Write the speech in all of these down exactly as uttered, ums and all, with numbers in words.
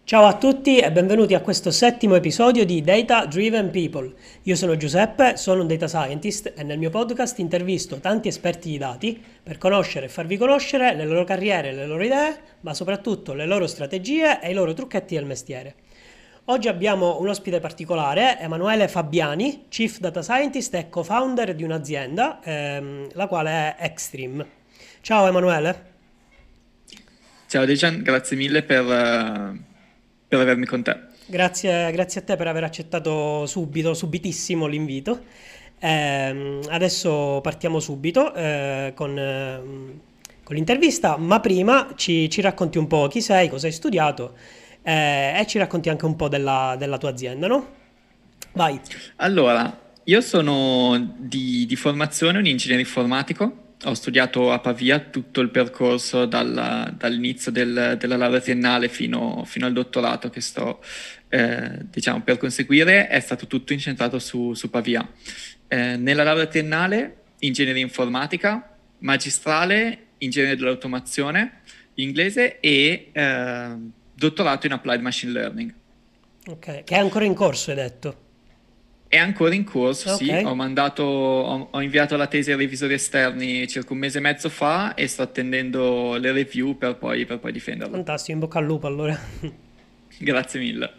Ciao a tutti e benvenuti a questo settimo episodio di Data Driven People. Io sono Giuseppe, sono un data scientist e nel mio podcast intervisto tanti esperti di dati per conoscere e farvi conoscere le loro carriere, le loro idee, ma soprattutto le loro strategie e i loro trucchetti del mestiere. Oggi abbiamo un ospite particolare, Emanuele Fabiani, Chief Data Scientist e co-founder di un'azienda, ehm, la quale è Extreme. Ciao Emanuele. Ciao Dejan, grazie mille per, eh, per avermi con te. Grazie, grazie a te per aver accettato subito, subitissimo l'invito. Ehm, adesso partiamo subito eh, con, ehm, con l'intervista, ma prima ci, ci racconti un po' chi sei, cosa hai studiato eh, e ci racconti anche un po' della, della tua azienda, no? Vai. Allora, io sono di, di formazione un ingegnere informatico. Ho studiato a Pavia tutto il percorso dalla- dall'inizio del- della laurea triennale fino, fino al dottorato che sto, eh, diciamo, per conseguire. È stato tutto incentrato su, su Pavia. Eh, nella laurea triennale, ingegneria informatica, magistrale, ingegneria dell'automazione, inglese e eh, dottorato in applied machine learning. Ok, che è ancora in corso, hai detto. È ancora in corso, Ok, sì. Ho mandato, ho, ho inviato la tesi ai revisori esterni circa un mese e mezzo fa e sto attendendo le review per poi, per poi difenderla. fantastico, in bocca al lupo allora. Grazie mille.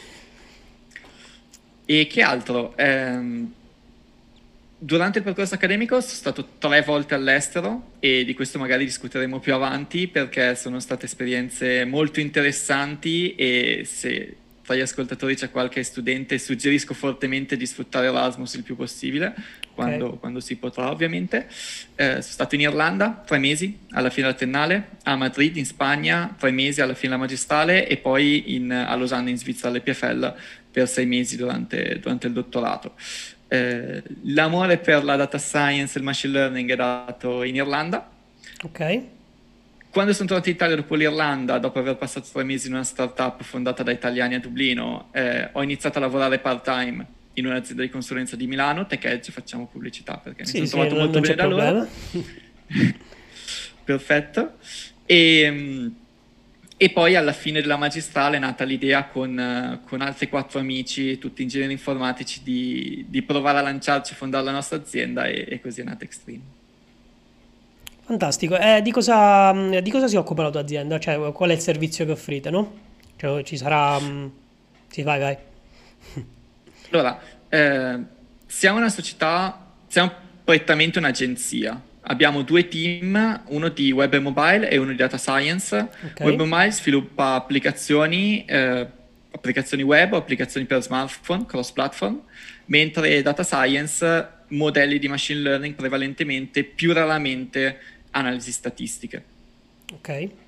E che altro? Ehm, durante il percorso accademico sono stato tre volte all'estero e di questo magari discuteremo più avanti perché sono state esperienze molto interessanti e se tra gli ascoltatori c'è qualche studente suggerisco fortemente di sfruttare Erasmus il più possibile, Ok, quando, quando si potrà ovviamente. Eh, sono stato in Irlanda tre mesi alla fine della triennale, a Madrid in Spagna tre mesi alla fine della magistrale e poi in- a Losanna in Svizzera all'E P F L per sei mesi durante durante il dottorato. Eh, l'amore per la data science e il machine learning è dato in Irlanda. ok, Quando sono tornato in Italia dopo l'Irlanda, dopo aver passato tre mesi in una startup fondata da italiani a Dublino, eh, ho iniziato a lavorare part-time in un'azienda di consulenza di Milano, Tech Edge, facciamo pubblicità perché mi sì, sono sì, trovato non, molto non c'è bene da loro. problema. Perfetto. E, mm, e poi alla fine della magistrale è nata l'idea con, eh, con altri quattro amici, tutti ingegneri informatici, di, di provare a lanciarci, fondare la nostra azienda e, e così è nata Extreme. Fantastico. E di cosa, mh, di cosa si occupa la tua azienda? Cioè, qual è il servizio che offrite, no? Cioè, ci sarà... mh, Sì, vai, vai. Allora, eh, siamo una società, siamo prettamente un'agenzia. Abbiamo due team, uno di web e mobile e uno di data science. Ok, Web e mobile sviluppa applicazioni, eh, applicazioni web o applicazioni per smartphone, cross-platform, mentre data science, modelli di machine learning prevalentemente, più raramente analisi statistiche. ok,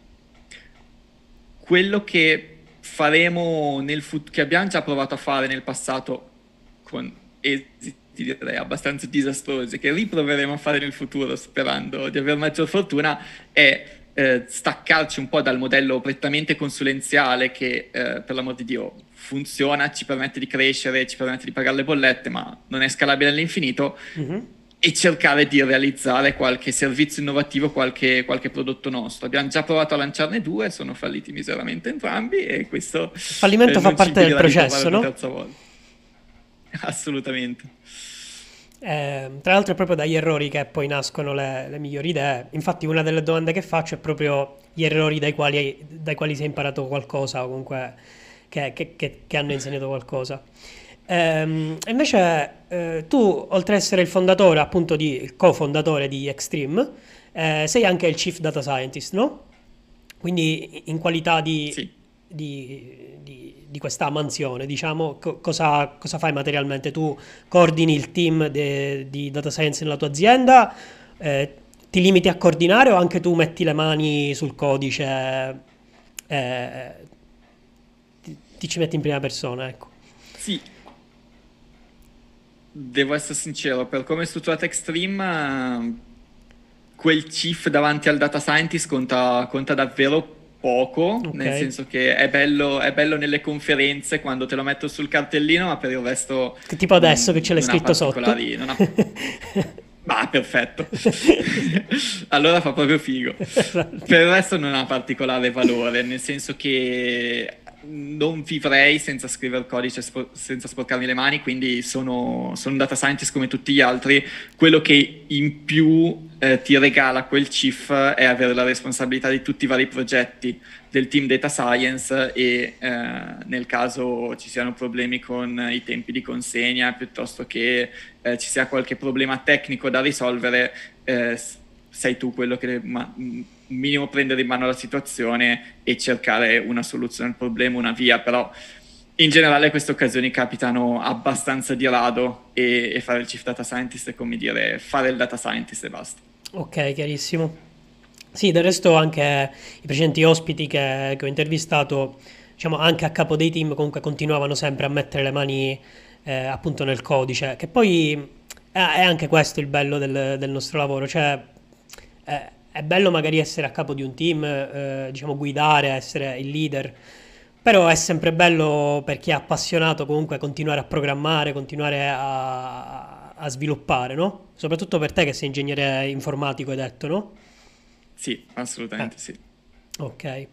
Quello che faremo nel fut- che abbiamo già provato a fare nel passato con esiti direi abbastanza disastrosi, che riproveremo a fare nel futuro sperando di avere maggior fortuna, è eh, staccarci un po' dal modello prettamente consulenziale che eh, per l'amor di Dio funziona, ci permette di crescere, ci permette di pagare le bollette, ma non è scalabile all'infinito mhm. e cercare di realizzare qualche servizio innovativo, qualche, qualche prodotto nostro. Abbiamo già provato a lanciarne due, sono falliti miseramente entrambi e questo Il eh, fallimento fa non ci parte del impedirà di provare processo, una no? terza volta. Assolutamente. Eh, tra l'altro è proprio dagli errori che poi nascono le, le migliori idee. Infatti una delle domande che faccio è proprio gli errori dai quali, dai quali si è imparato qualcosa o comunque che, che- che- che hanno insegnato qualcosa. Ehm, e invece eh, tu, oltre ad essere il fondatore, appunto di, il co-fondatore di Extreme, eh, sei anche il Chief Data Scientist, no? Quindi in qualità di, Sì. di- di- di questa mansione, diciamo, co- cosa, cosa fai materialmente? Tu coordini il team de- di data science nella tua azienda, eh, ti limiti a coordinare o anche tu metti le mani sul codice, eh, ti, ti ci metti in prima persona, ecco. Sì, devo essere sincero, per come è strutturata Extreme, eh, quel chief davanti al data scientist conta, conta davvero poco, Ok, nel senso che è bello, è bello nelle conferenze quando te lo metto sul cartellino, ma per il resto che tipo adesso che non, ce l'hai non ha scritto sotto. particolari, non ha. Ah, perfetto. Allora fa proprio figo. Per il resto non ha particolare valore, nel senso che non vivrei senza scrivere codice, spo- senza sporcarmi le mani, quindi sono, sono un data scientist come tutti gli altri. Quello che in più eh, ti regala quel chief è avere la responsabilità di tutti i vari progetti del team data science e eh, nel caso ci siano problemi con i tempi di consegna, piuttosto che eh, ci sia qualche problema tecnico da risolvere, eh, sei tu quello che deve ma- un minimo prendere in mano la situazione e cercare una soluzione al problema, una via. Però in generale queste occasioni capitano abbastanza di rado e, e fare il chief data scientist è come dire fare il data scientist e basta. Ok, chiarissimo. Sì, del resto anche i precedenti ospiti che, che ho intervistato, diciamo anche a capo dei team, comunque continuavano sempre a mettere le mani eh, appunto nel codice, che poi eh, è anche questo il bello del, del nostro lavoro, cioè eh, è bello magari essere a capo di un team, eh, diciamo guidare, essere il leader, però è sempre bello per chi è appassionato comunque continuare a programmare, continuare a, a sviluppare, no? Soprattutto per te che sei ingegnere informatico, hai detto, no? Sì, Eh, assolutamente sì. ok.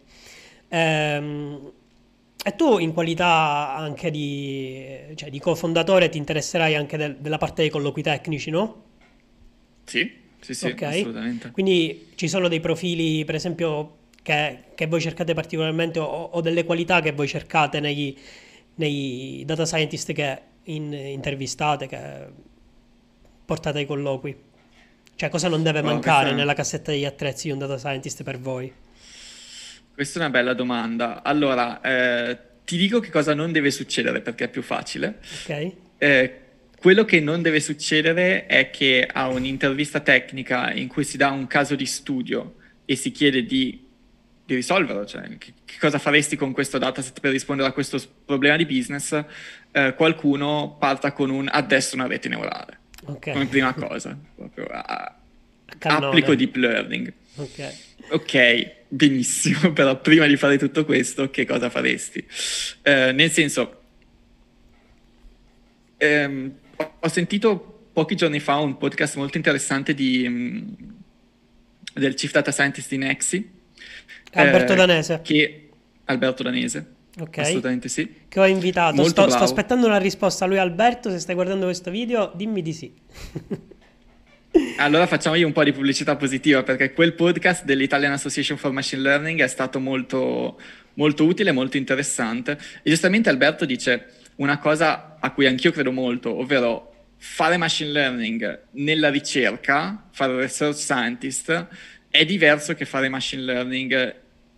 Ehm, e tu in qualità anche di, cioè, di cofondatore ti interesserai anche del- della parte dei colloqui tecnici, no? Sì, sì, sì, Ok. assolutamente. Quindi ci sono dei profili, per esempio, che, che voi cercate particolarmente o, o delle qualità che voi cercate nei, nei data scientist che in- intervistate, che portate ai colloqui? Cioè, cosa non deve Wow, mancare questa... nella cassetta degli attrezzi di un data scientist per voi? Questa è una bella domanda. Allora, eh, ti dico che cosa non deve succedere perché è più facile. Ok? Eh, quello che non deve succedere è che a un'intervista tecnica in cui si dà un caso di studio e si chiede di, di risolverlo, cioè che, che cosa faresti con questo dataset per rispondere a questo s- problema di business, eh, qualcuno parta con un adesso una rete neurale, Ok. come prima cosa, proprio a- A applico cannone. deep learning. Ok. Ok, benissimo, però prima di fare tutto questo, che cosa faresti? Eh, nel senso, ehm, ho ho sentito pochi giorni fa un podcast molto interessante di, mh, del Chief Data Scientist di Nexi, Alberto eh, Danese. che Alberto Danese, Ok. assolutamente sì, Che ho invitato. molto Sto, sto bravo. aspettando una risposta a lui, Alberto. Se stai guardando questo video, dimmi di sì. Allora facciamogli un po' di pubblicità positiva perché quel podcast dell'Italian Association for Machine Learning è stato molto, molto utile, molto interessante. E giustamente Alberto dice una cosa a cui anch'io credo molto, ovvero fare machine learning nella ricerca, fare research scientist, è diverso che fare machine learning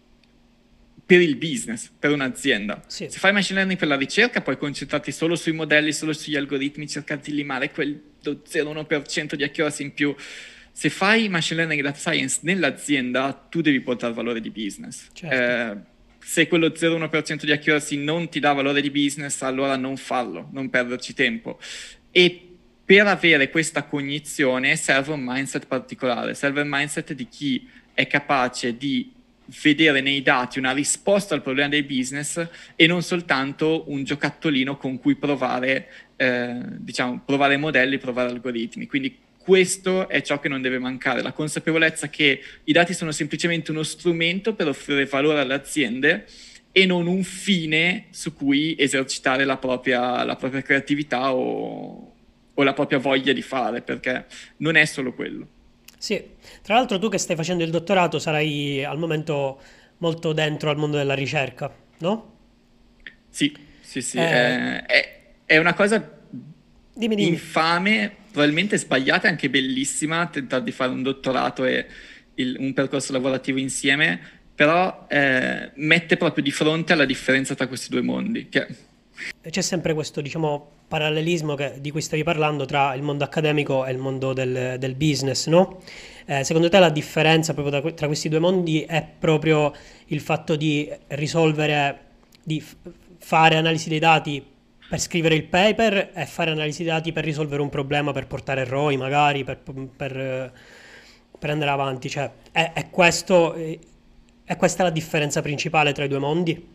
per il business, per un'azienda. Sì, Se fai machine learning per la ricerca, puoi concentrarti solo sui modelli, solo sugli algoritmi, cercare di limare quel zero virgola uno per cento di accuracy in più. Se fai machine learning e data science nell'azienda, tu devi portare valore di business. certo. Eh, se quello zero virgola uno per cento di accuracy non ti dà valore di business, allora non farlo, non perderci tempo. E per avere questa cognizione serve un mindset particolare, serve il mindset di chi è capace di vedere nei dati una risposta al problema del business e non soltanto un giocattolino con cui provare, eh, diciamo, provare modelli, provare algoritmi. Quindi questo è ciò che non deve mancare, la consapevolezza che i dati sono semplicemente uno strumento per offrire valore alle aziende e non un fine su cui esercitare la propria, la propria creatività o, o la propria voglia di fare, perché non è solo quello. Sì. Tra l'altro, tu che stai facendo il dottorato sarai al momento molto dentro al mondo della ricerca, no? Sì, sì, sì, Eh, è, è- è una cosa dimmi, dimmi. infame, probabilmente sbagliata e anche bellissima tentare di fare un dottorato e il- un percorso lavorativo insieme, però eh, mette proprio di fronte alla differenza tra questi due mondi, che C'è sempre questo, diciamo, parallelismo che- di cui stavi parlando tra il mondo accademico e il mondo del, del business, no? Eh, secondo te la differenza proprio tra, que- tra questi due mondi è proprio il fatto di risolvere, di f- fare analisi dei dati per scrivere il paper e fare analisi dei dati per risolvere un problema, per portare errori magari, per, per, eh, per andare avanti. Cioè, è, è questo, eh, è questa la differenza principale tra i due mondi?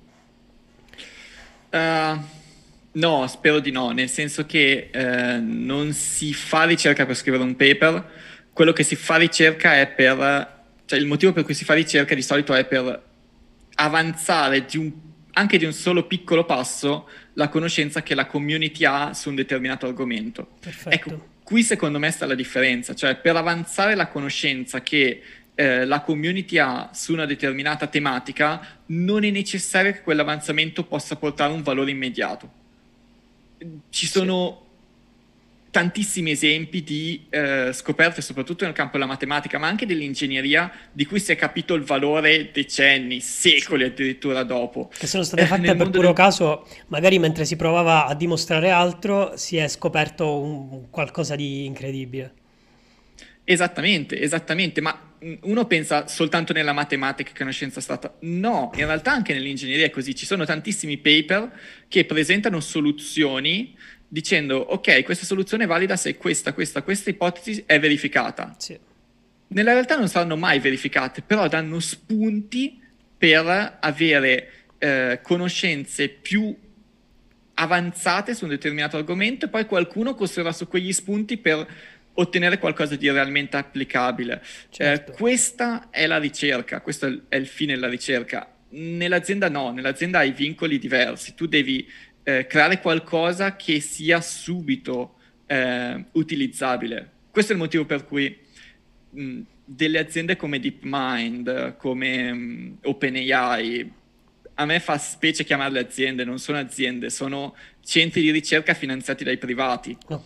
Eh, no, spero di no, nel senso che eh, non si fa ricerca per scrivere un paper, quello che si fa ricerca è per, cioè il motivo per cui si fa ricerca di solito è per avanzare di un- anche di un solo piccolo passo, la conoscenza che la community ha su un determinato argomento. Ecco, Perfetto. qui secondo me sta la differenza, cioè per avanzare la conoscenza che eh, la community ha su una determinata tematica, non è necessario che quell'avanzamento possa portare un valore immediato. Ci Sì. sono tantissimi esempi di eh, scoperte, soprattutto nel campo della matematica, ma anche dell'ingegneria, di cui si è capito il valore decenni, Sì. secoli addirittura dopo. Che sono state Eh, fatte nel per mondo puro del... caso, magari mentre si provava a dimostrare altro, si è scoperto un qualcosa di incredibile. Esattamente, esattamente, ma mh, uno pensa soltanto nella matematica che è una scienza stata. No, in realtà anche nell'ingegneria è così. Ci sono tantissimi paper che presentano soluzioni dicendo, ok, questa soluzione è valida se questa, questa, questa ipotesi è verificata. Sì, Nella realtà non saranno mai verificate, però danno spunti per avere eh, conoscenze più avanzate su un determinato argomento e poi qualcuno costruirà su quegli spunti per ottenere qualcosa di realmente applicabile. Eh, certo. questa è la ricerca, questo è il, è il fine della ricerca. Nell'azienda no, nell'azienda hai vincoli diversi, tu devi eh, creare qualcosa che sia subito eh, utilizzabile. Questo è il motivo per cui mh, delle aziende come DeepMind, come mh, OpenAI, a me fa specie chiamarle aziende, non sono aziende, sono centri di ricerca finanziati dai privati, Ok.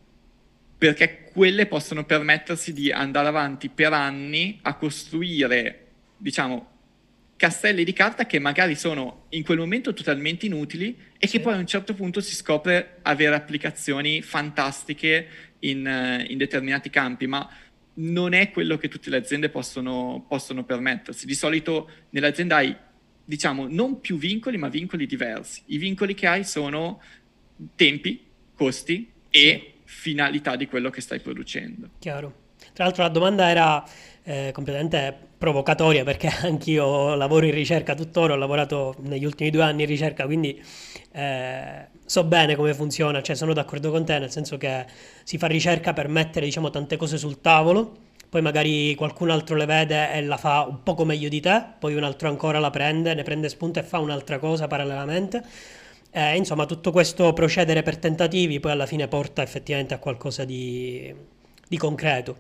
perché quelle possono permettersi di andare avanti per anni a costruire, diciamo, castelli di carta che magari sono in quel momento totalmente inutili e che Sì, poi a un certo punto si scopre avere applicazioni fantastiche in, eh, in determinati campi, ma non è quello che tutte le aziende possono, possono permettersi. Di solito nell'azienda hai, diciamo, non più vincoli, ma vincoli diversi. I vincoli che hai sono tempi, costi sì. e finalità di quello che stai producendo. Chiaro. Tra l'altro la domanda era eh, completamente provocatoria perché anch'io lavoro in ricerca tuttora, ho lavorato negli ultimi due anni in ricerca, quindi eh, so bene come funziona, cioè sono d'accordo con te, nel senso che si fa ricerca per mettere, diciamo, tante cose sul tavolo, poi magari qualcun altro le vede e la fa un poco meglio di te, poi un altro ancora la prende, ne prende spunto e fa un'altra cosa parallelamente. Eh, insomma, tutto questo procedere per tentativi poi alla fine porta effettivamente a qualcosa di, di concreto.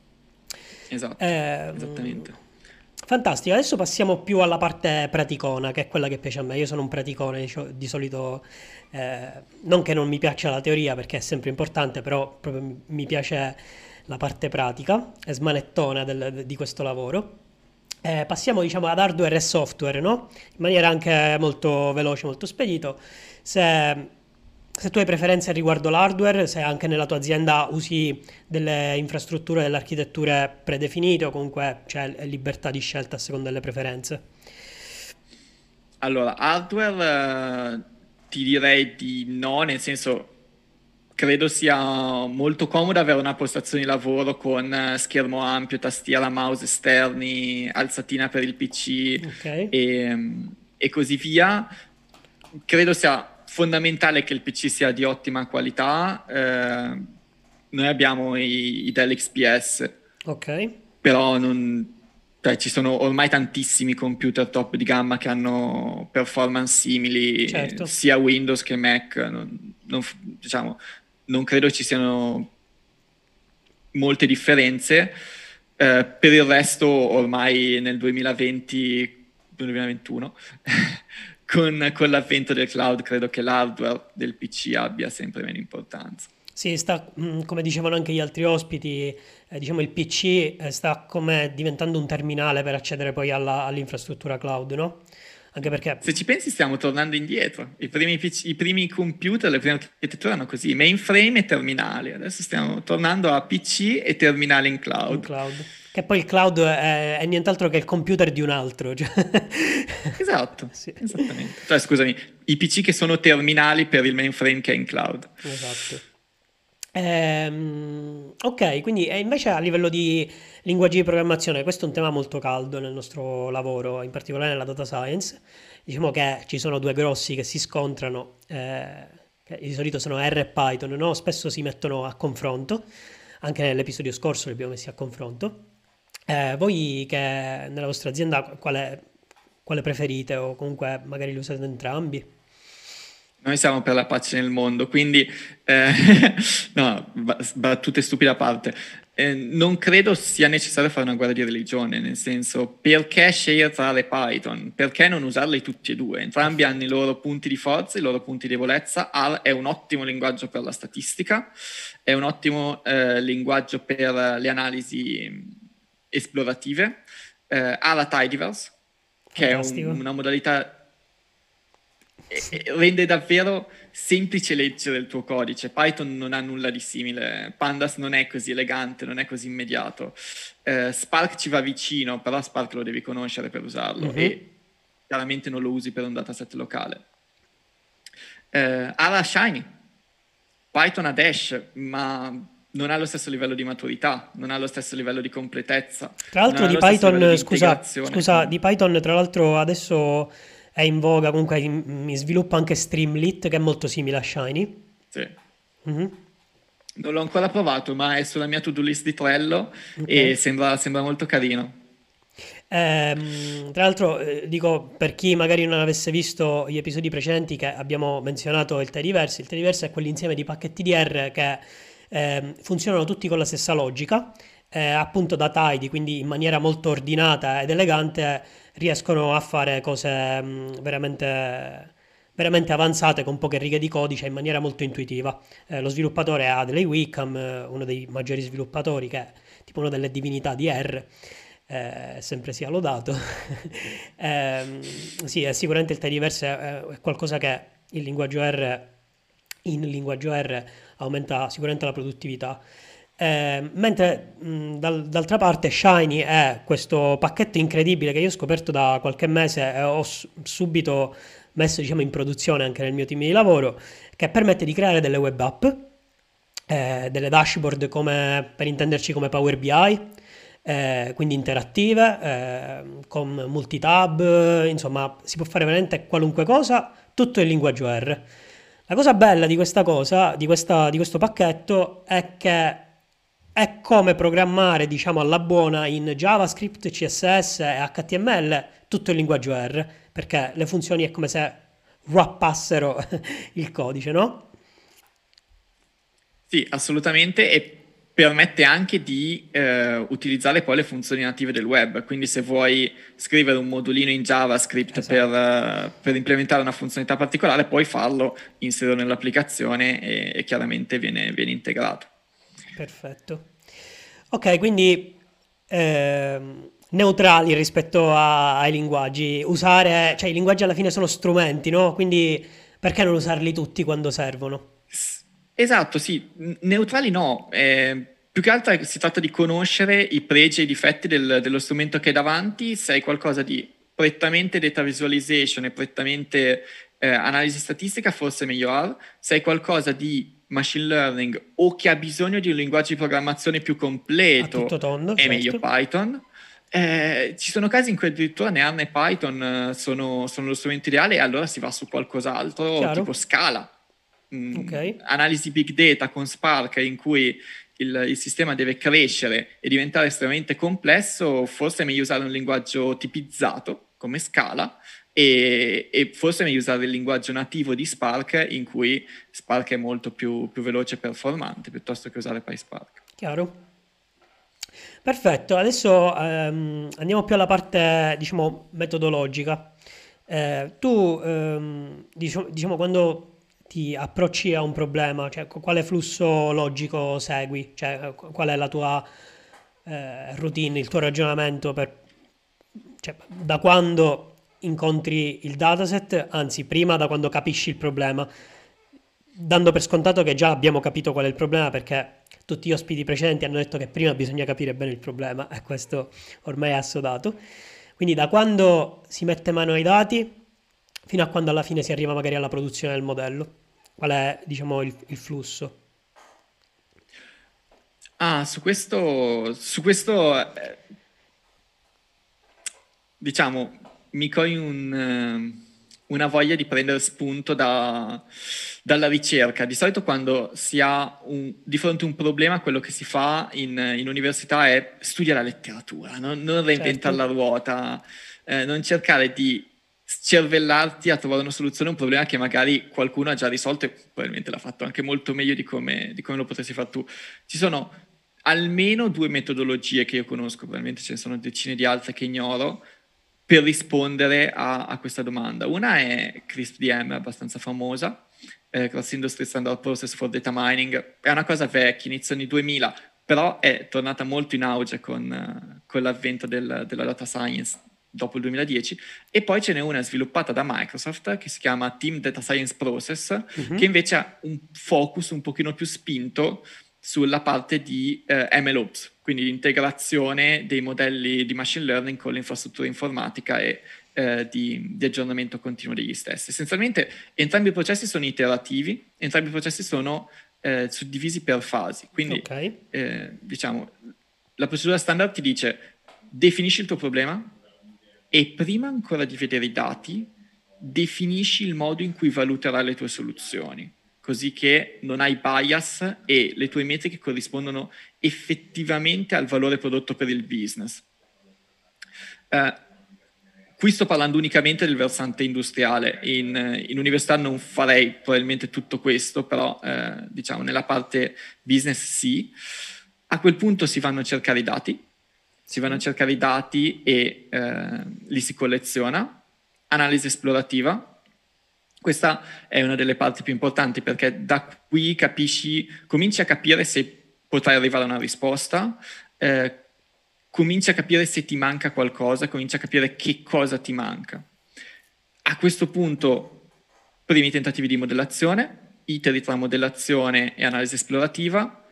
Esatto, Ehm, esattamente. fantastico, adesso passiamo più alla parte praticona, che è quella che piace a me. Io sono un praticone, di di solito, eh, non che non mi piaccia la teoria perché è sempre importante, però proprio mi mi piace la parte pratica e smanettona del- di questo lavoro. Eh, passiamo, diciamo, ad hardware e software, no? In maniera anche molto veloce, molto spedito. Se, se tu hai preferenze riguardo l'hardware, se anche nella tua azienda usi delle infrastrutture, delle architetture predefinite o comunque c'è libertà di scelta a seconda delle preferenze. Allora, hardware eh, ti direi di no, nel senso credo sia molto comodo avere una postazione di lavoro con eh, schermo ampio, tastiera, mouse esterni, alzatina per il P C Ok, e, e così via. Credo sia fondamentale che il P C sia di ottima qualità. Eh, noi abbiamo i, i Dell X P S, ok, però non, cioè, ci sono ormai tantissimi computer top di gamma che hanno performance simili, certo. sia Windows che Mac. Non, non f- diciamo, non credo ci siano molte differenze. Eh, per il resto, ormai nel duemilaventi, duemilaventuno, con, con l'avvento del cloud, credo che l'hardware del P C abbia sempre meno importanza. Sì, sta, mm, come dicevano anche gli altri ospiti, eh, diciamo il P C eh, sta come diventando un terminale per accedere poi alla- all'infrastruttura cloud, no? Anche perché Se ci pensi, stiamo tornando indietro. I primi, P C i primi computer, le prime architetture erano così, mainframe e terminali. Adesso stiamo tornando a P C e terminali in in cloud. cloud. Che poi il cloud è, è nient'altro che il computer di un altro. Cioè. Esatto, Sì, esattamente. Cioè, scusami, i P C che sono terminali per il mainframe che è in cloud. esatto. Ehm, ok, quindi e invece a livello di linguaggi di programmazione, questo è un tema molto caldo nel nostro lavoro, in particolare nella data science. Diciamo che ci sono due grossi che si scontrano, eh, che di solito sono R e Python, no? Spesso si mettono a confronto, anche nell'episodio scorso li abbiamo messi a confronto. Eh, voi che nella vostra azienda quale, quale preferite o comunque magari li usate entrambi. Noi siamo per la pace nel mondo, quindi eh, no, ba- battute stupide a parte. Eh, non credo sia necessario fare una guerra di religione, nel senso, perché scegliere tra le Python? Perché non usarli tutti e due? Entrambi hanno i loro punti di forza, i loro punti di debolezza. R è un ottimo linguaggio per la statistica, è un ottimo eh, linguaggio per le analisi mh, esplorative. Eh, ha la tidyverse, che è un- Fantastico. una modalità e- Sì. e rende davvero semplice leggere il tuo codice. Python non ha nulla di simile, Pandas non è così elegante, non è così immediato. Eh, Spark ci va vicino, però Spark lo devi conoscere per usarlo Mhm. e chiaramente non lo usi per un dataset locale. Eh, ha la Shiny, Python ha Dash, ma non ha lo stesso livello di maturità, non ha lo stesso livello di completezza, Tra non l'altro ha di lo stesso livello Python, di scusa, integrazione scusa, con... di Python tra l'altro adesso è in voga, comunque in- mi sviluppa anche Streamlit che è molto simile a Shiny. Sì. Mhm. Non l'ho ancora provato, ma è sulla mia to-do list di Trello Ok. e sembra, sembra molto carino. Ehm, tra l'altro, eh, dico per chi magari non avesse visto gli episodi precedenti che abbiamo menzionato il Tidyverse, il Tidyverse è quell'insieme di pacchetti D R che ehm, funzionano tutti con la stessa logica, eh, appunto da tidy, quindi in maniera molto ordinata ed elegante riescono a fare cose mh, veramente, veramente avanzate con poche righe di codice in maniera molto intuitiva. Eh, lo sviluppatore è Adley Wickham, eh, uno dei maggiori sviluppatori che è tipo una delle divinità di R, eh, sempre sia lodato. Ehm, sì, è sicuramente il Tidyverse è, è qualcosa che il linguaggio R, in linguaggio R aumenta sicuramente la produttività. Eh, mentre mh, dal- d'altra parte Shiny è questo pacchetto incredibile che io ho scoperto da qualche mese e ho s- subito messo diciamo, in produzione anche nel mio team di lavoro, che permette di creare delle web app, eh, delle dashboard come, per intenderci come Power B I, eh, quindi interattive, eh, con multitab, eh, insomma si può fare veramente qualunque cosa, tutto in linguaggio R. La cosa bella di questa cosa, di, questa- di questo pacchetto, è che è come programmare, diciamo, alla buona in JavaScript, C S S e H T M L, tutto in linguaggio R, perché le funzioni è come se wrappassero il codice, no? Sì, assolutamente, e permette anche di eh, utilizzare poi le funzioni native del web. Quindi se vuoi scrivere un modulino in JavaScript per, Esatto, eh, per implementare una funzionalità particolare, puoi farlo, inserirlo nell'applicazione e, e chiaramente viene, viene integrato. perfetto. Ok, quindi ehm, neutrali rispetto a- ai linguaggi. Usare, cioè i linguaggi alla fine sono strumenti, no? Quindi perché non usarli tutti quando servono? S- Esatto, sì, N- neutrali no, eh, più che altro si tratta di conoscere i pregi e i difetti del- dello strumento che hai davanti, se hai qualcosa di prettamente data visualization e prettamente eh, analisi statistica, forse è meglio R, se hai qualcosa di machine learning o che ha bisogno di un linguaggio di programmazione più A tutto completo, tondo, è meglio certo. Python. Eh, ci sono casi in cui addirittura né R né Python eh, sono, sono lo strumento ideale e allora si va su qualcos'altro, Chiaro? tipo Scala, Ok. mh, analisi big data con Spark in cui il, il sistema deve crescere e diventare estremamente complesso, forse è meglio usare un linguaggio tipizzato come Scala e, e forse è meglio usare il linguaggio nativo di Spark in cui Spark è molto più, più veloce e performante piuttosto che usare PySpark. Chiaro? Perfetto, adesso ehm, andiamo più alla parte, diciamo, metodologica. Eh, tu, ehm, diciamo, diciamo, quando ti approcci a un problema, cioè qu- quale flusso logico segui? Cioè, eh, qu- qual è la tua eh, routine, il tuo ragionamento per, cioè, da quando incontri il dataset, anzi, prima da quando capisci il problema, dando per scontato che già abbiamo capito qual è il problema perché tutti gli ospiti precedenti hanno detto che prima bisogna capire bene il problema e questo ormai è assodato. Quindi da quando si mette mano ai dati fino a quando alla fine si arriva magari alla produzione del modello. Qual è, diciamo, il, il flusso? Ah, su questo, su questo eh, diciamo, mi coglie un, eh, una voglia di prendere spunto da- dalla ricerca. Di solito quando si ha un- di fronte a un problema, quello che si fa in, in università è studiare la letteratura, non, non reinventare Certo, la ruota. eh, non cercare di scervellarti a trovare una soluzione a un problema che magari qualcuno ha già risolto e probabilmente l'ha fatto anche molto meglio di come, di come lo potresti fare tu. Ci sono almeno due metodologie che io conosco, probabilmente ce ne sono decine di altre che ignoro, per rispondere a, a questa domanda. Una è CRISP-D M, abbastanza famosa, eh, Cross Industry Standard Process for Data Mining. È una cosa vecchia, inizio anni duemila, però è tornata molto in auge con, uh, con l'avvento del, della data science dopo il duemiladieci. E poi ce n'è una sviluppata da Microsoft che si chiama Team Data Science Process, mm-hmm. che invece ha un focus un pochino più spinto sulla parte di eh, M L Ops, quindi integrazione dei modelli di machine learning con l'infrastruttura informatica e eh, di, di aggiornamento continuo degli stessi. Essenzialmente entrambi i processi sono iterativi, entrambi i processi sono eh, suddivisi per fasi, quindi okay. eh, diciamo la procedura standard ti dice definisci il tuo problema e prima ancora di vedere i dati definisci il modo in cui valuterai le tue soluzioni, così che non hai bias e le tue metriche corrispondono effettivamente al valore prodotto per il business. Uh, qui sto parlando unicamente del versante industriale. In, in università non farei probabilmente tutto questo, però uh, diciamo nella parte business sì. A quel punto si vanno a cercare i dati, si vanno a cercare i dati e uh, li si colleziona. Analisi esplorativa. Questa è una delle parti più importanti perché da qui capisci, cominci a capire se potrai arrivare a una risposta, eh, cominci a capire se ti manca qualcosa, cominci a capire che cosa ti manca. A questo punto, primi tentativi di modellazione, iteri tra modellazione e analisi esplorativa.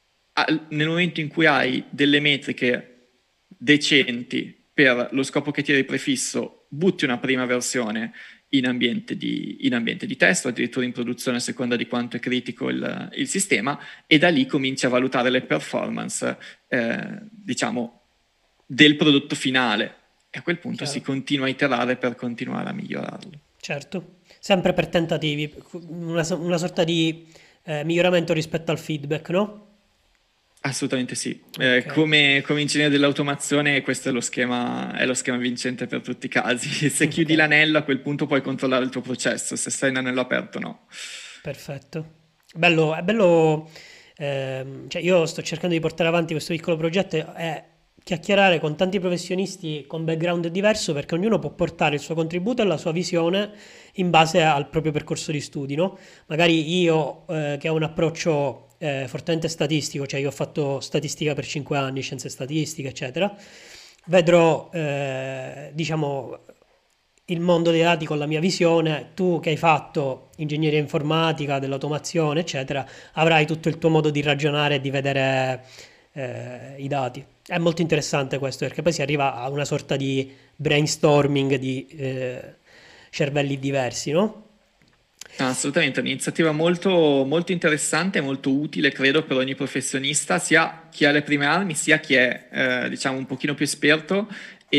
Nel momento in cui hai delle metriche decenti per lo scopo che ti eri prefisso, butti una prima versione in ambiente di, in ambiente di test o addirittura in produzione a seconda di quanto è critico il, il sistema, e da lì cominci a valutare le performance eh, diciamo del prodotto finale e a quel punto Chiaro. Si continua a iterare per continuare a migliorarlo. Certo, sempre per tentativi, una, una sorta di eh, miglioramento rispetto al feedback, no? Assolutamente sì. Okay. Eh, come, come ingegnere dell'automazione questo è lo schema, è lo schema vincente per tutti i casi. Se okay. chiudi l'anello a quel punto puoi controllare il tuo processo, se stai in anello aperto no. Perfetto. Bello, è bello, ehm, cioè io sto cercando di portare avanti questo piccolo progetto e chiacchierare con tanti professionisti con background diverso, perché ognuno può portare il suo contributo e la sua visione in base al proprio percorso di studi, no? Magari io eh, che ho un approccio Eh, fortemente statistico, cioè io ho fatto statistica per cinque anni, scienze statistiche eccetera, vedrò eh, diciamo il mondo dei dati con la mia visione. Tu che hai fatto ingegneria informatica, dell'automazione eccetera, avrai tutto il tuo modo di ragionare e di vedere eh, i dati. È molto interessante questo, perché poi si arriva a una sorta di brainstorming di eh, cervelli diversi, no? Assolutamente, è un'iniziativa molto, molto interessante e molto utile, credo, per ogni professionista, sia chi ha le prime armi, sia chi è, eh, diciamo, un pochino più esperto.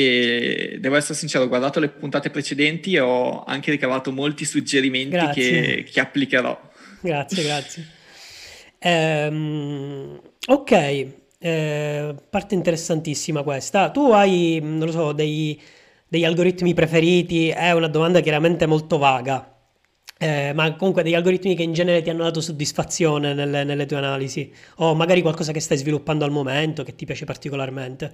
E devo essere sincero, ho guardato le puntate precedenti e ho anche ricavato molti suggerimenti che, che applicherò. Grazie, grazie. Ehm, ok, eh, parte interessantissima questa. Tu hai, non lo so, dei, degli algoritmi preferiti? È una domanda chiaramente molto vaga. Eh, ma comunque degli algoritmi che in genere ti hanno dato soddisfazione nelle, nelle tue analisi, o magari qualcosa che stai sviluppando al momento che ti piace particolarmente?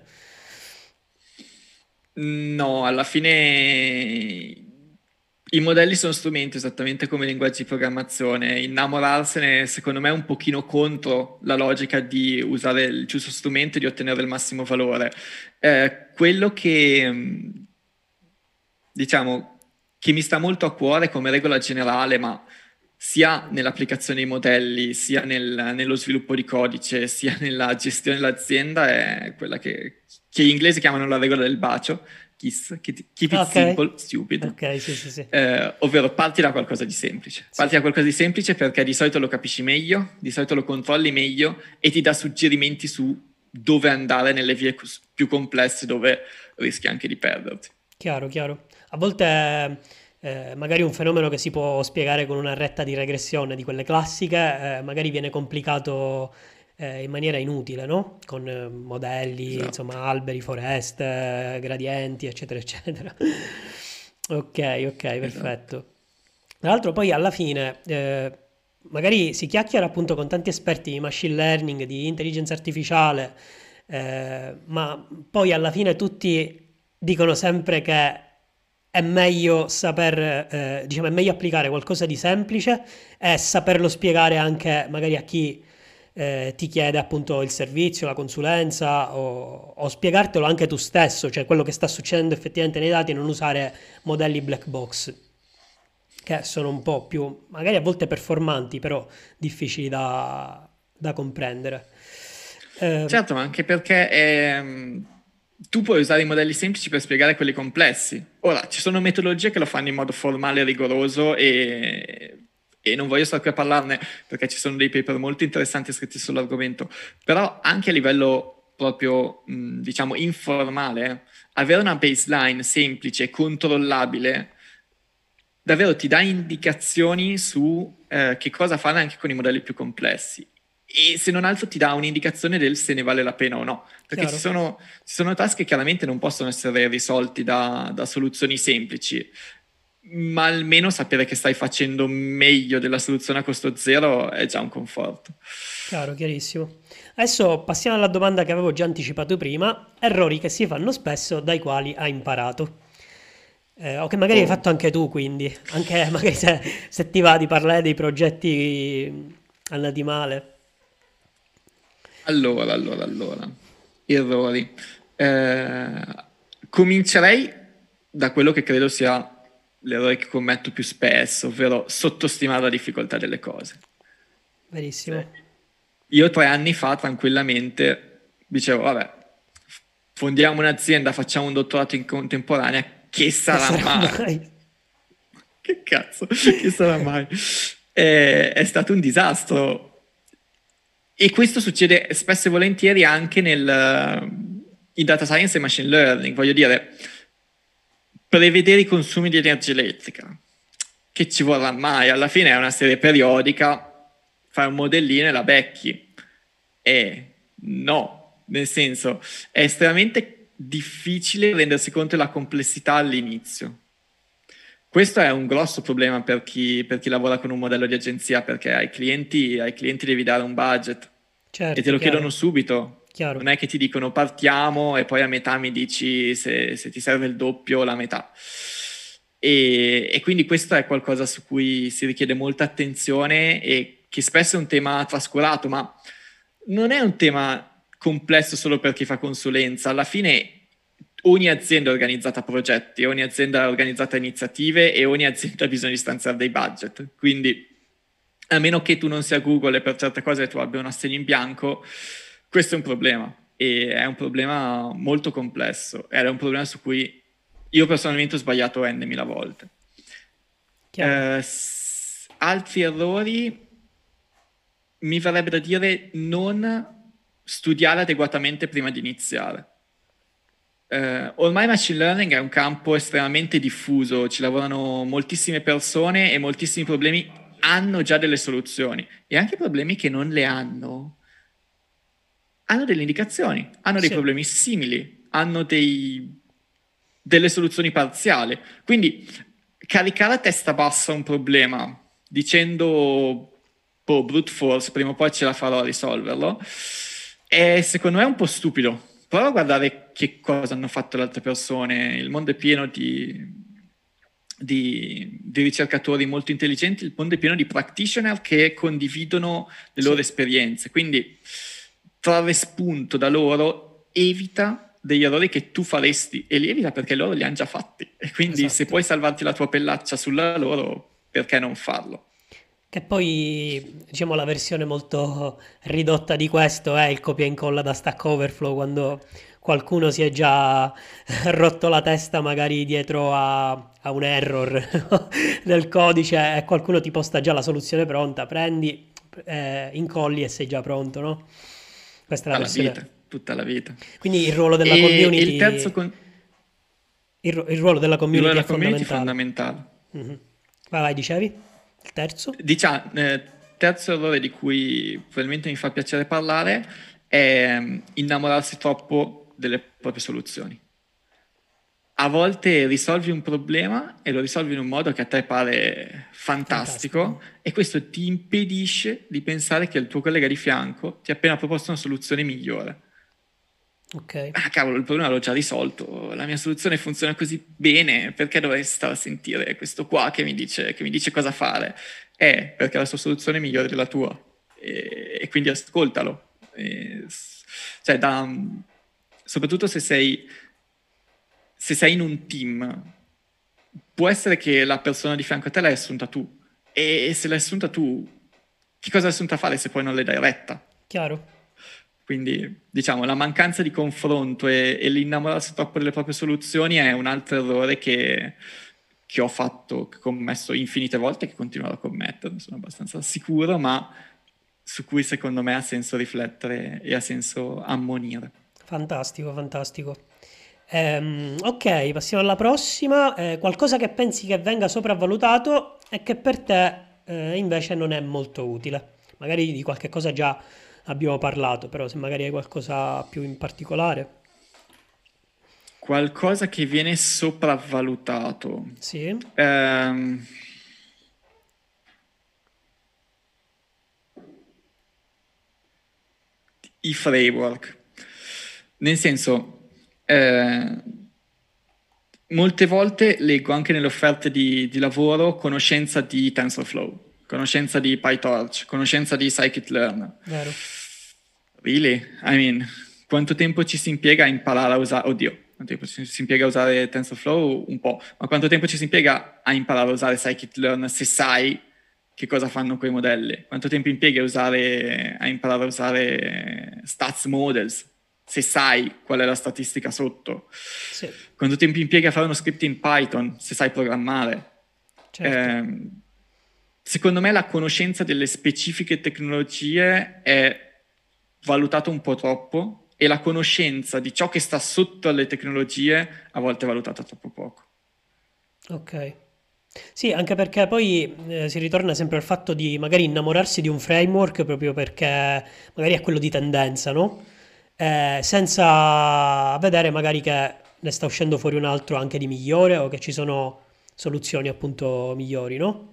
No, alla fine i modelli sono strumenti esattamente come i linguaggi di programmazione. Innamorarsene secondo me è un pochino contro la logica di usare il giusto strumento e di ottenere il massimo valore. Eh, quello che diciamo che mi sta molto a cuore come regola generale, ma sia nell'applicazione dei modelli, sia nel, nello sviluppo di codice, sia nella gestione dell'azienda, è quella che, che gli inglesi chiamano la regola del bacio, KISS, Keep it okay. Simple, Stupid, okay, sì, sì, sì. Eh, ovvero parti da qualcosa di semplice. Parti sì. da qualcosa di semplice perché di solito lo capisci meglio, di solito lo controlli meglio e ti dà suggerimenti su dove andare nelle vie più complesse, dove rischi anche di perderti. Chiaro, chiaro. A volte eh, magari un fenomeno che si può spiegare con una retta di regressione di quelle classiche, eh, magari viene complicato eh, in maniera inutile, no? Con eh, modelli, Esatto. insomma, alberi, foreste, gradienti, eccetera, eccetera. Ok, ok, Esatto. perfetto. Tra l'altro poi alla fine, eh, magari si chiacchiera appunto con tanti esperti di machine learning, di intelligenza artificiale, eh, ma poi alla fine tutti dicono sempre che è meglio saper, eh, diciamo, è meglio applicare qualcosa di semplice e saperlo spiegare anche magari a chi eh, ti chiede appunto il servizio, la consulenza o, o spiegartelo anche tu stesso, cioè quello che sta succedendo effettivamente nei dati e non usare modelli black box che sono un po' più, magari a volte performanti, però difficili da, da comprendere. Eh, Certo, ma anche perché ehm, tu puoi usare i modelli semplici per spiegare quelli complessi. Ora, ci sono metodologie che lo fanno in modo formale e rigoroso e, e non voglio stare qui a parlarne perché ci sono dei paper molto interessanti scritti sull'argomento, però anche a livello proprio, mh, diciamo, informale, eh, avere una baseline semplice, controllabile, davvero ti dà indicazioni su eh, che cosa fare anche con i modelli più complessi. E se non altro ti dà un'indicazione del se ne vale la pena o no. Perché ci chiaro? sono, ci sono task che chiaramente non possono essere risolti da, da soluzioni semplici, ma almeno sapere che stai facendo meglio della soluzione a costo zero è già un conforto. Chiaro, chiarissimo. Adesso passiamo alla domanda che avevo già anticipato prima, errori che si fanno spesso dai quali hai imparato. Eh, o che magari hai Oh. fatto anche tu, quindi, anche magari se, se ti va di parlare dei progetti andati male. Allora, allora, allora. Errori. Eh, comincerei da quello che credo sia l'errore che commetto più spesso, ovvero sottostimare la difficoltà delle cose. Cioè, Verissimo. io tre anni fa tranquillamente dicevo, vabbè, fondiamo un'azienda, facciamo un dottorato in contemporanea, che Che sarà sarà mai? mai? Che cazzo, che sarà mai? È, è stato un disastro. E questo succede spesso e volentieri anche nel, in data science e machine learning. Voglio dire, prevedere i consumi di energia elettrica, che ci vorrà mai? Alla fine è una serie periodica, fai un modellino e la becchi. E no, nel senso, è estremamente difficile rendersi conto della complessità all'inizio. Questo è un grosso problema per chi, per chi lavora con un modello di agenzia, perché ai clienti, ai clienti devi dare un budget e te Certo, lo chiedono chiaro, subito. chiaro. Non è che ti dicono partiamo e poi a metà mi dici se, se ti serve il doppio o la metà. E, e quindi questo è qualcosa su cui si richiede molta attenzione e che spesso è un tema trascurato, ma non è un tema complesso solo per chi fa consulenza. Alla fine ogni azienda è organizzata a progetti, ogni azienda è organizzata a iniziative e ogni azienda ha bisogno di stanziare dei budget. Quindi, a meno che tu non sia Google e per certe cose tu abbia un assegno in bianco, questo è un problema. E è un problema molto complesso. Ed è un problema su cui io personalmente ho sbagliato n mila volte. Chiaro. Eh, s- altri errori mi verrebbe da dire non studiare adeguatamente prima di iniziare. Eh, ormai machine learning è un campo estremamente diffuso, ci lavorano moltissime persone e moltissimi problemi hanno già delle soluzioni e anche i problemi che non le hanno hanno delle indicazioni, hanno dei Sì, problemi simili, hanno dei, delle soluzioni parziali. Quindi caricare a testa bassa un problema dicendo, boh, brute force, prima o poi ce la farò a risolverlo, è secondo me un po' stupido. Prova a guardare che cosa hanno fatto le altre persone. Il mondo è pieno di, di, di ricercatori molto intelligenti, il mondo è pieno di practitioner che condividono le loro sì, esperienze. Quindi trarre spunto da loro evita degli errori che tu faresti e li evita perché loro li hanno già fatti. E quindi se esatto. puoi salvarti la tua pellaccia sulla loro, perché non farlo? Che poi, diciamo, la versione molto ridotta di questo è il copia e incolla da Stack Overflow quando qualcuno si è già rotto la testa magari dietro a, a un error del codice e qualcuno ti posta già la soluzione pronta, prendi, eh, incolli e sei già pronto, no? Questa è la Tutta la versione. vita, tutta la vita. Quindi il ruolo della E, e il terzo, community, con- il, ru- il ruolo della il ruolo community è della community è fondamentale. fondamentale. Mhm. Vai, vai, dicevi? Il terzo? Diciamo, eh, terzo errore di cui probabilmente mi fa piacere parlare è mm, innamorarsi troppo delle proprie soluzioni. A volte risolvi un problema e lo risolvi in un modo che a te pare fantastico, Fantastico. e questo ti impedisce di pensare che il tuo collega di fianco ti ha appena proposto una soluzione migliore. Ok, Ah, cavolo, il problema l'ho già risolto, la mia soluzione funziona così bene, perché dovrei stare a sentire questo qua che mi dice, che mi dice cosa fare? È perché la sua soluzione è migliore della tua, e, e quindi ascoltalo. E s- cioè, da, soprattutto se sei, se sei in un team, può essere che la persona di fianco a te l'hai assunta tu, e se l'hai assunta tu, che cosa hai assunta a fare se poi non le dai retta? chiaro. Quindi, diciamo, la mancanza di confronto e, e l'innamorarsi troppo delle proprie soluzioni è un altro errore che, che ho fatto, che ho commesso infinite volte e che continuerò a commettere, ne sono abbastanza sicuro, ma su cui secondo me ha senso riflettere e ha senso ammonire. Fantastico, fantastico. Ehm, ok, passiamo alla prossima. Eh, qualcosa che pensi che venga sopravvalutato e che per te eh, invece non è molto utile. Magari di qualche cosa già abbiamo parlato, però se magari hai qualcosa più in particolare. Qualcosa che viene sopravvalutato. Sì, Ehm, I framework. Nel senso, eh, molte volte leggo anche nelle offerte di, di lavoro conoscenza di TensorFlow, conoscenza di PyTorch, conoscenza di scikit-learn. vero. Really? I mean, quanto tempo ci si impiega a imparare a usare... Oddio, quanto tempo ci si impiega a usare TensorFlow? Un po'. Ma quanto tempo ci si impiega a imparare a usare scikit-learn se sai che cosa fanno quei modelli? Quanto tempo impieghi a, usare, a imparare a usare stats models se sai qual è la statistica sotto? Sì, Quanto tempo impieghi a fare uno script in Python se sai programmare? certo, Eh, secondo me la conoscenza delle specifiche tecnologie è valutata un po' troppo, e la conoscenza di ciò che sta sotto alle tecnologie a volte è valutata troppo poco. ok. Sì, anche perché poi eh, si ritorna sempre al fatto di magari innamorarsi di un framework proprio perché magari è quello di tendenza, no? Eh, senza vedere magari che ne sta uscendo fuori un altro anche di migliore o che ci sono soluzioni appunto migliori, no?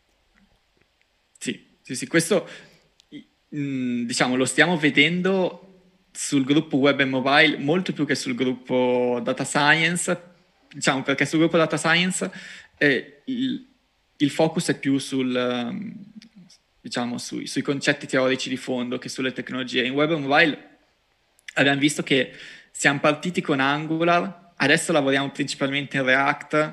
Sì, sì, sì, questo mh, diciamo lo stiamo vedendo sul gruppo web e mobile molto più che sul gruppo data science, diciamo perché sul gruppo data science eh, il, il focus è più sul, ehm, diciamo, sui, sui concetti teorici di fondo che sulle tecnologie. In web e mobile abbiamo visto che siamo partiti con Angular, adesso lavoriamo principalmente in React,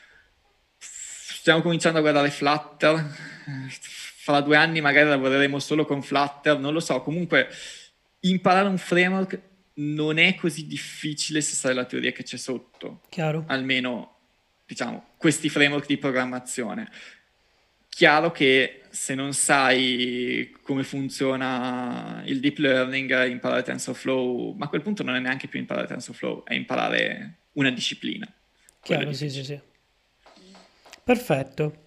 stiamo cominciando a guardare Flutter, fra due anni magari lavoreremo solo con Flutter, non lo so. Comunque imparare un framework non è così difficile se sai la teoria che c'è sotto, Chiaro? almeno diciamo questi framework di programmazione. Chiaro che se non sai come funziona il deep learning, imparare TensorFlow, ma a quel punto non è neanche più imparare TensorFlow, è imparare una disciplina, quello è Chiaro, sì, sì, difficile. sì. Perfetto.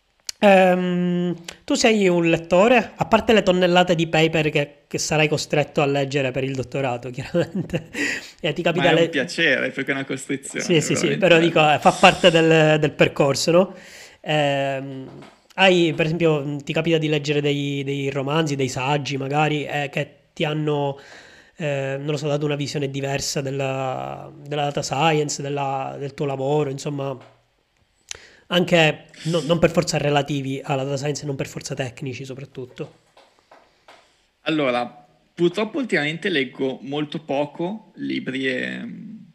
Ehm, tu sei un lettore, a parte le tonnellate di paper che, che sarai costretto a leggere per il dottorato, chiaramente. E ti Ma capita è un le... piacere più che una Sì, costrizione, è sì, sì, veramente però dico, bello. eh, fa parte del, del percorso, no? Ehm, hai, per esempio, ti capita di leggere dei, dei romanzi, dei saggi, magari, eh, che ti hanno, eh, non lo so, dato una visione diversa della, della data science, della- del tuo lavoro, insomma, anche no- non per forza relativi alla data science, non per forza tecnici, soprattutto. Allora, purtroppo ultimamente leggo molto poco libri e,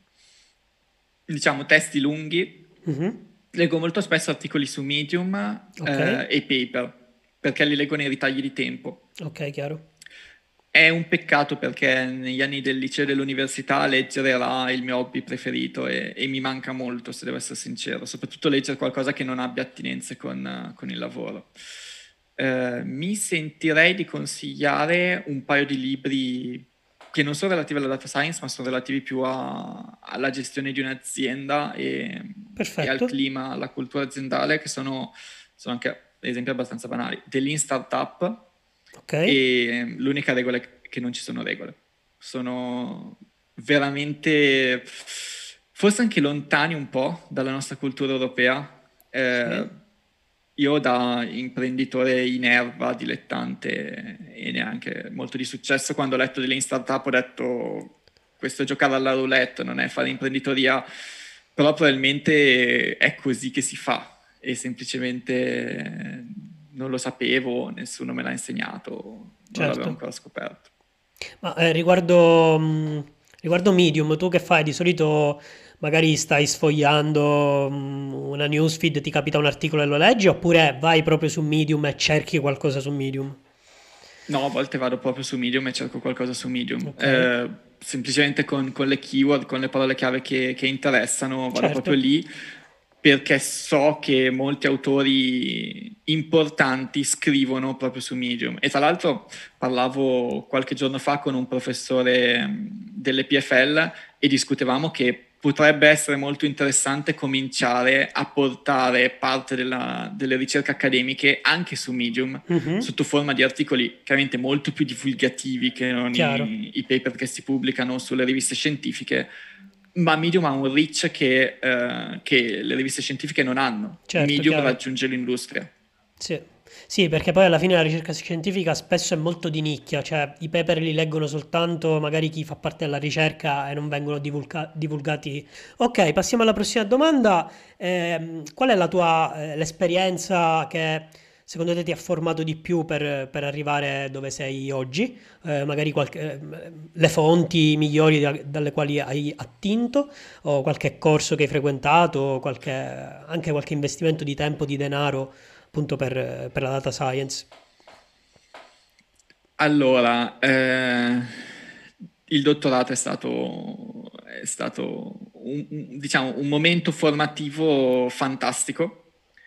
diciamo, testi lunghi. Mhm. Leggo molto spesso articoli su Medium Ok, eh, e paper, perché li leggo nei ritagli di tempo. ok, chiaro. È un peccato perché negli anni del liceo e dell'università leggere era il mio hobby preferito, e, e mi manca molto, se devo essere sincero, soprattutto leggere qualcosa che non abbia attinenze con, eh, con il lavoro. Eh, mi sentirei di consigliare un paio di libri che non sono relativi alla data science, ma sono relativi più a- alla gestione di un'azienda e, e al Perfetto. clima, alla cultura aziendale, che sono, sono anche esempi abbastanza banali, dell'in startup Ok, e l'unica regola è che non ci sono regole. Sono veramente, forse anche lontani un po' dalla nostra cultura europea. Eh, sì, io da imprenditore in erba, dilettante e neanche molto di successo, quando ho letto delle in startup ho detto questo è giocare alla roulette, non è fare imprenditoria, però probabilmente è così che si fa e semplicemente non lo sapevo, nessuno me l'ha insegnato, non l'avevo certo. ancora scoperto. Ma eh, riguardo, mh, riguardo Medium, tu che fai? Di solito magari stai sfogliando mh, una newsfeed, ti capita un articolo e lo leggi, oppure vai proprio su Medium e cerchi qualcosa su Medium? No, a volte vado proprio su Medium e cerco qualcosa su Medium. Ok, Eh, semplicemente con, con le keyword, con le parole chiave che, che interessano, vado proprio certo. lì perché so che molti autori importanti scrivono proprio su Medium. E tra l'altro parlavo qualche giorno fa con un professore mh, delle P F L e discutevamo che potrebbe essere molto interessante cominciare a portare parte della- delle ricerche accademiche anche su Medium Mhm, sotto forma di articoli chiaramente molto più divulgativi che non chiaro, i, i paper che si pubblicano sulle riviste scientifiche, ma Medium ha un reach che, eh, che le riviste scientifiche non hanno. certo, Medium chiaro. raggiunge l'industria. Sì. Sì, perché poi alla fine la ricerca scientifica spesso è molto di nicchia, cioè i paper li leggono soltanto magari chi fa parte della ricerca e non vengono divulga- divulgati. Ok, passiamo alla prossima domanda. Ehm, qual è la tua, eh, l'esperienza che secondo te ti ha formato di più per, per arrivare dove sei oggi? Eh, magari qualche, eh, le fonti migliori da- dalle quali hai attinto, o qualche corso che hai frequentato, o qualche, anche qualche investimento di tempo, di denaro appunto per, per la data science. Allora, eh, il dottorato è stato, è stato un, un- diciamo, un momento formativo fantastico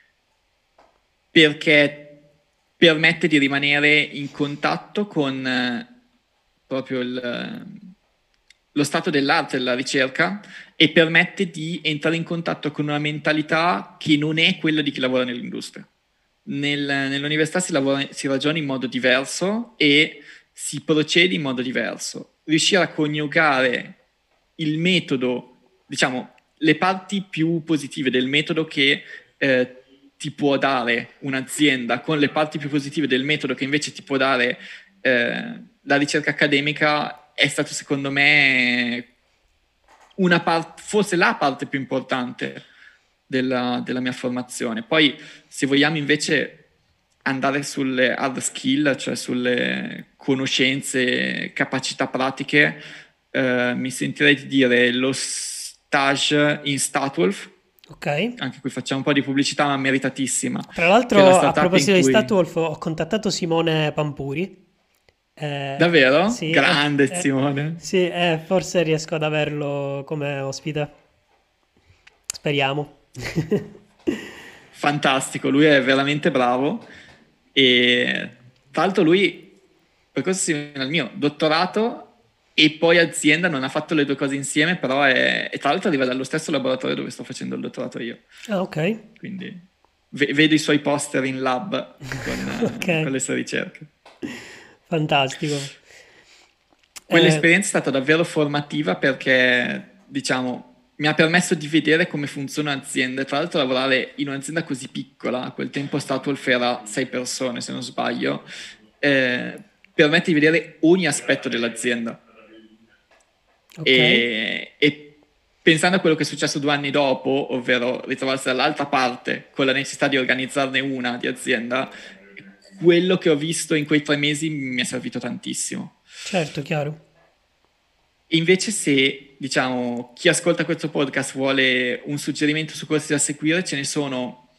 perché permette di rimanere in contatto con eh, proprio il, eh, lo stato dell'arte della ricerca e permette di entrare in contatto con una mentalità che non è quella di chi lavora nell'industria. Nel- nell'università si lavora, si ragiona in modo diverso e si procede in modo diverso. Riuscire a coniugare il metodo, diciamo, le parti più positive del metodo che eh, ti può dare un'azienda con le parti più positive del metodo che invece ti può dare eh, la ricerca accademica è stato secondo me una parte, forse la parte più importante della, della mia formazione. Poi se vogliamo invece andare sulle hard skill, cioè sulle conoscenze, capacità pratiche, eh, mi sentirei di dire lo stage in Statwolf, Ok. anche qui facciamo un po' di pubblicità, ma meritatissima, Tra che è la l'altro, a startup in proposito di cui... Statwolf, ho contattato Simone Pampuri. Eh, Davvero? sì, eh, Grande eh, Simone. sì, eh, forse riesco ad averlo come ospite. Speriamo. Fantastico, lui è veramente bravo e tra l'altro lui, per questo simile al mio, dottorato e poi azienda, non ha fatto le due cose insieme, però è, e tra l'altro arriva dallo stesso laboratorio dove sto facendo il dottorato io, Ah, ok. quindi ve- vedo i suoi poster in lab con, Ok. eh, con le sue ricerche. Fantastico. Eh, Quell'esperienza è stata davvero formativa perché, diciamo, mi ha permesso di vedere come funziona un'azienda. E tra l'altro lavorare in un'azienda così piccola, a quel tempo Statoil era sei persone, se non sbaglio, eh, permette di vedere ogni aspetto dell'azienda. ok. E, e pensando a quello che è successo due anni dopo, ovvero ritrovarsi dall'altra parte con la necessità di organizzarne una di azienda, quello che ho visto in quei tre mesi mi è servito tantissimo. Certo, chiaro. Invece se, diciamo, chi ascolta questo podcast vuole un suggerimento su corsi da seguire, ce ne sono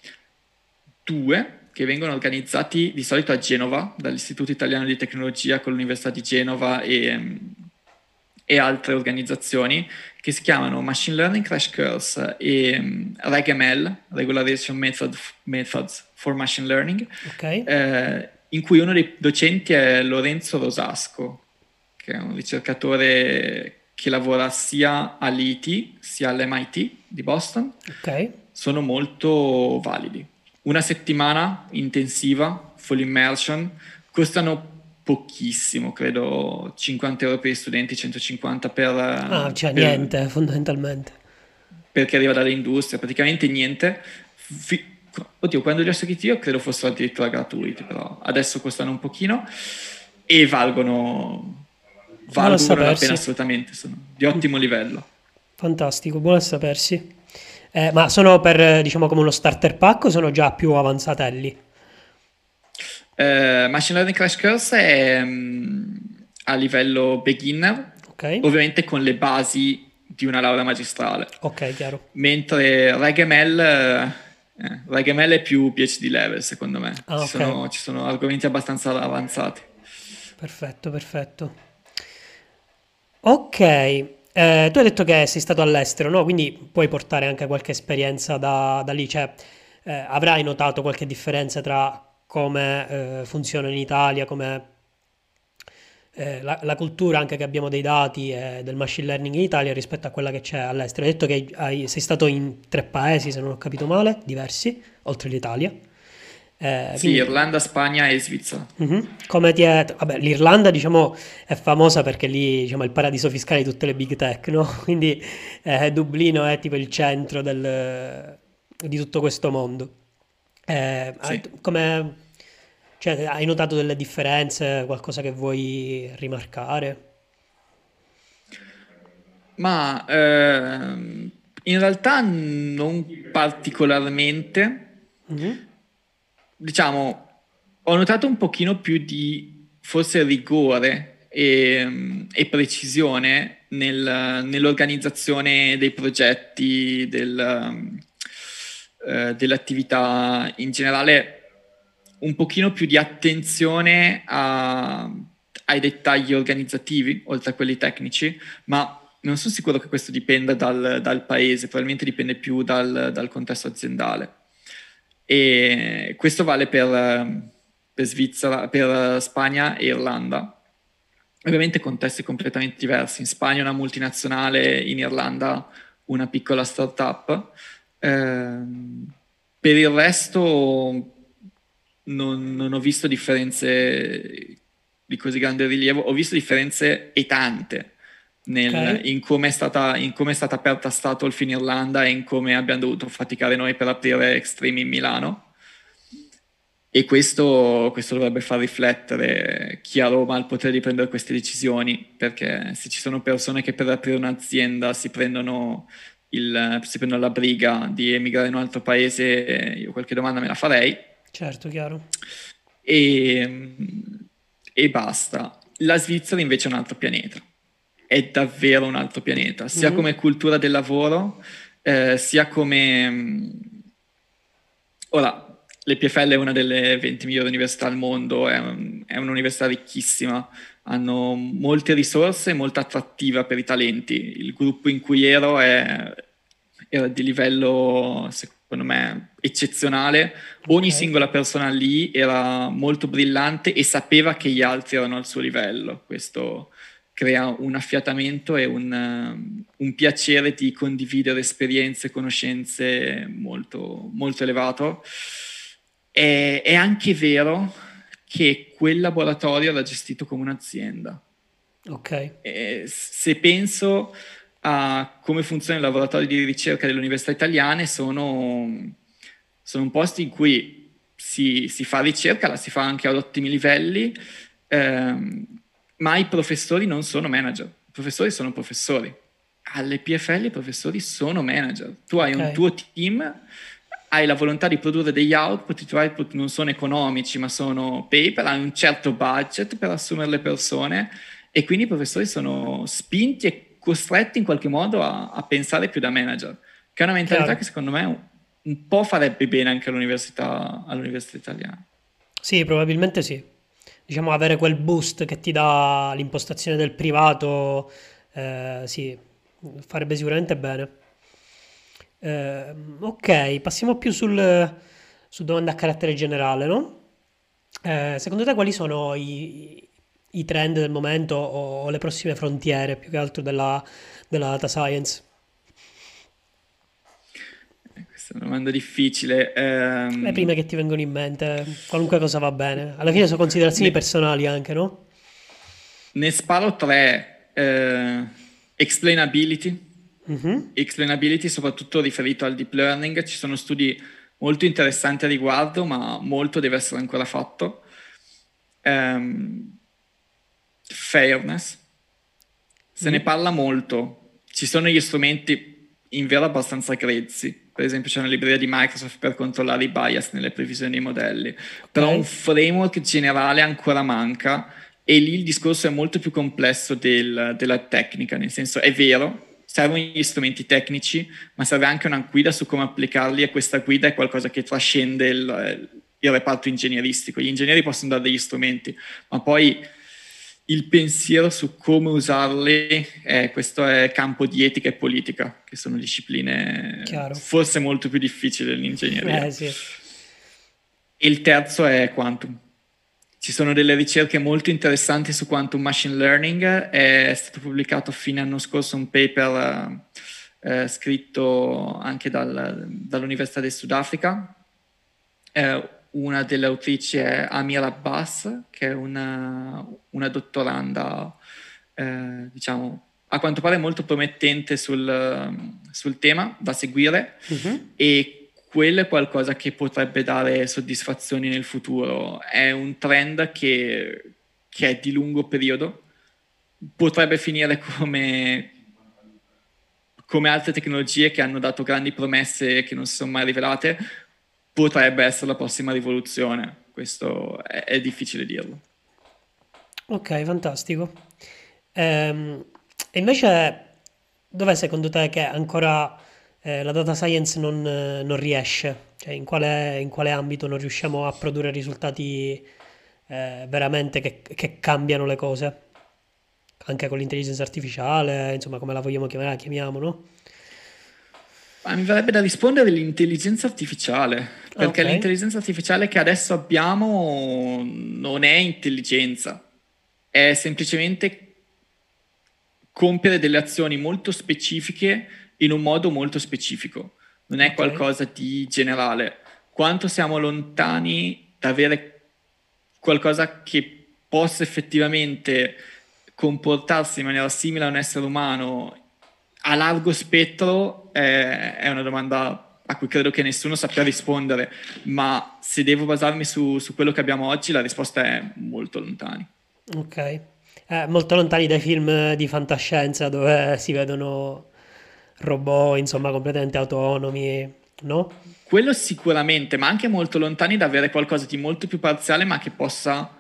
due che vengono organizzati di solito a Genova, dall'Istituto Italiano di Tecnologia con l'Università di Genova e, e altre organizzazioni, che si chiamano Machine Learning Crash Course e um, RegML, Regularization Method, Methods for Machine Learning, Ok. eh, in cui uno dei docenti è Lorenzo Rosasco, che è un ricercatore che lavora sia all'I T sia all'M I T di Boston, Ok. sono molto validi. una settimana intensiva, full immersion, costano pochissimo, credo cinquanta euro per gli studenti, centocinquanta per, Ah, eh, cioè per niente, fondamentalmente. perché arriva dalle industrie, praticamente niente. Fi- Oddio, quando li ho seguiti io credo fossero addirittura gratuiti, però adesso costano un pochino e valgono, Buono a valgono la pena sapersi. assolutamente, sono di ottimo livello. Fantastico, buono a sapersi. Eh, ma sono per, eh, diciamo, come uno starter pack o sono già più avanzatelli? Eh, Machine Learning Crash Course è mm, a livello beginner, Ok? ovviamente con le basi di una laurea magistrale, Ok, chiaro. mentre RegML, eh, eh, RegML è più PhD level secondo me, Ah, ci ok. sono, ci sono argomenti abbastanza avanzati. Perfetto, perfetto. Ok, eh, tu hai detto che sei stato all'estero, no? Quindi puoi portare anche qualche esperienza da, da lì, cioè eh, avrai notato qualche differenza tra come eh, funziona in Italia, come eh, la, la cultura anche che abbiamo dei dati e del machine learning in Italia rispetto a quella che c'è all'estero. Hai detto che hai- sei stato in tre paesi, se non ho capito male, diversi, oltre l'Italia. Eh, Sì, quindi Irlanda, Spagna e Svizzera. mhm. Come ti è... Vabbè, l'Irlanda, diciamo, è famosa perché lì, diciamo, è il paradiso fiscale di tutte le big tech, no? Quindi eh, Dublino è tipo il centro del- di tutto questo mondo. Eh, hai- Sì. come... Cioè, hai notato delle differenze, qualcosa che vuoi rimarcare? Ma ehm, in realtà non particolarmente. Mhm. Diciamo, ho notato un pochino più di forse rigore e, e precisione nel- nell'organizzazione dei progetti, del, eh, delle attività in generale, un pochino più di attenzione a- ai dettagli organizzativi, oltre a quelli tecnici, ma non sono sicuro che questo dipenda dal, dal paese, probabilmente dipende più dal, dal contesto aziendale. E questo vale per, per Svizzera, per Spagna e Irlanda. Ovviamente contesti completamente diversi. In Spagna una multinazionale, in Irlanda una piccola startup. Ehm, per il resto non, non ho visto differenze di così grande rilievo, ho visto differenze e tante Ok, nel- in come è stata, in come è stata aperta Statoil in Irlanda e in come abbiamo dovuto faticare noi per aprire Extreme in Milano. E questo, questo dovrebbe far riflettere chi a Roma ha il potere di prendere queste decisioni, perché se ci sono persone che per aprire un'azienda si prendono, il, si prendono la briga di emigrare in un altro paese, io qualche domanda me la farei. certo, chiaro. E, e basta. La Svizzera invece è un altro pianeta, è davvero un altro pianeta, sia Mhm. come cultura del lavoro, eh, sia come... Ora, l'E P F L è una delle venti migliori università al mondo, è, un- è un'università ricchissima, hanno molte risorse, molto attrattiva per i talenti. Il gruppo in cui ero è- era di livello, secondo me, eccezionale. Ok, Ogni singola persona lì era molto brillante e sapeva che gli altri erano al suo livello. Questo crea un affiatamento e un, um, un piacere di condividere esperienze e conoscenze molto, molto elevato. È, è anche vero che quel laboratorio era gestito come un'azienda. ok, E se penso a come funzionano i laboratori di ricerca delle università italiane, sono, sono un posto in cui si, si fa ricerca, la si fa anche ad ottimi livelli, ehm, ma i professori non sono manager, i professori sono professori. Alle P F L i professori sono manager. Tu hai ok, un tuo team, hai la volontà di produrre degli output, i tuoi output non sono economici, ma sono paper, hai un certo budget per assumere le persone e quindi i professori sono spinti e costretti in qualche modo a, a pensare più da manager, che è una mentalità chiaro. che secondo me un, un po' farebbe bene anche all'università, all'università italiana. Sì, probabilmente sì. Diciamo avere quel boost che ti dà l'impostazione del privato, eh, sì, farebbe sicuramente bene. Eh, ok, passiamo più sul, su domande a carattere generale, no? Eh, secondo te quali sono i, i trend del momento o le prossime frontiere più che altro della, della data science? Questa è una domanda difficile. Le Ehm, prime che ti vengono in mente, qualunque cosa va bene. Alla fine sono considerazioni ne, personali anche, no? ne sparo tre. Eh, explainability. Mhm. Explainability soprattutto riferito al deep learning. Ci sono studi molto interessanti a riguardo, ma molto deve essere ancora fatto. Ehm, fairness. Se ne Mm. parla molto. Ci sono gli strumenti in vero abbastanza grezzi. Per esempio c'è una libreria di Microsoft per controllare i bias nelle previsioni dei modelli. Ok, Però un framework generale ancora manca e lì il discorso è molto più complesso del- della tecnica, nel senso è vero, servono gli strumenti tecnici, ma serve anche una guida su come applicarli e questa guida è qualcosa che trascende il, il reparto ingegneristico. Gli ingegneri possono dare degli strumenti, ma poi il pensiero su come usarli, eh, questo è campo di etica e politica, che sono discipline chiaro. forse molto più difficili dell'ingegneria. Eh sì. E il terzo è quantum. Ci sono delle ricerche molto interessanti su quantum machine learning, è stato pubblicato fine anno scorso un paper eh, scritto anche dal, dall'Università del Sudafrica. Eh, una delle autrici è Amir Abbas, che è una, una dottoranda, eh, diciamo, a quanto pare molto promettente sul, sul tema, da seguire, Mhm. e quello è qualcosa che potrebbe dare soddisfazioni nel futuro. È un trend che, che è di lungo periodo, potrebbe finire come, come altre tecnologie che hanno dato grandi promesse e che non si sono mai rivelate, potrebbe essere la prossima rivoluzione. Questo è, è difficile dirlo. Ok, fantastico. Ehm, e invece, dov'è secondo te che ancora eh, la data science non, eh, non riesce? Cioè, in quale, in quale ambito non riusciamo a produrre risultati eh, veramente che, che cambiano le cose? Anche con l'intelligenza artificiale, insomma, come la vogliamo chiamare, la chiamiamo, no? Ma mi verrebbe da rispondere l'intelligenza artificiale, Ah, perché ok, l'intelligenza artificiale che adesso abbiamo non è intelligenza, è semplicemente compiere delle azioni molto specifiche in un modo molto specifico, non è ok, qualcosa di generale. Quanto siamo lontani da avere qualcosa che possa effettivamente comportarsi in maniera simile a un essere umano a largo spettro, eh, è una domanda a cui credo che nessuno sappia rispondere, ma se devo basarmi su, su quello che abbiamo oggi, la risposta è molto lontani. ok. Eh, molto lontani dai film di fantascienza dove si vedono robot, insomma, completamente autonomi, no? Quello sicuramente, ma anche molto lontani da avere qualcosa di molto più parziale, ma che possa,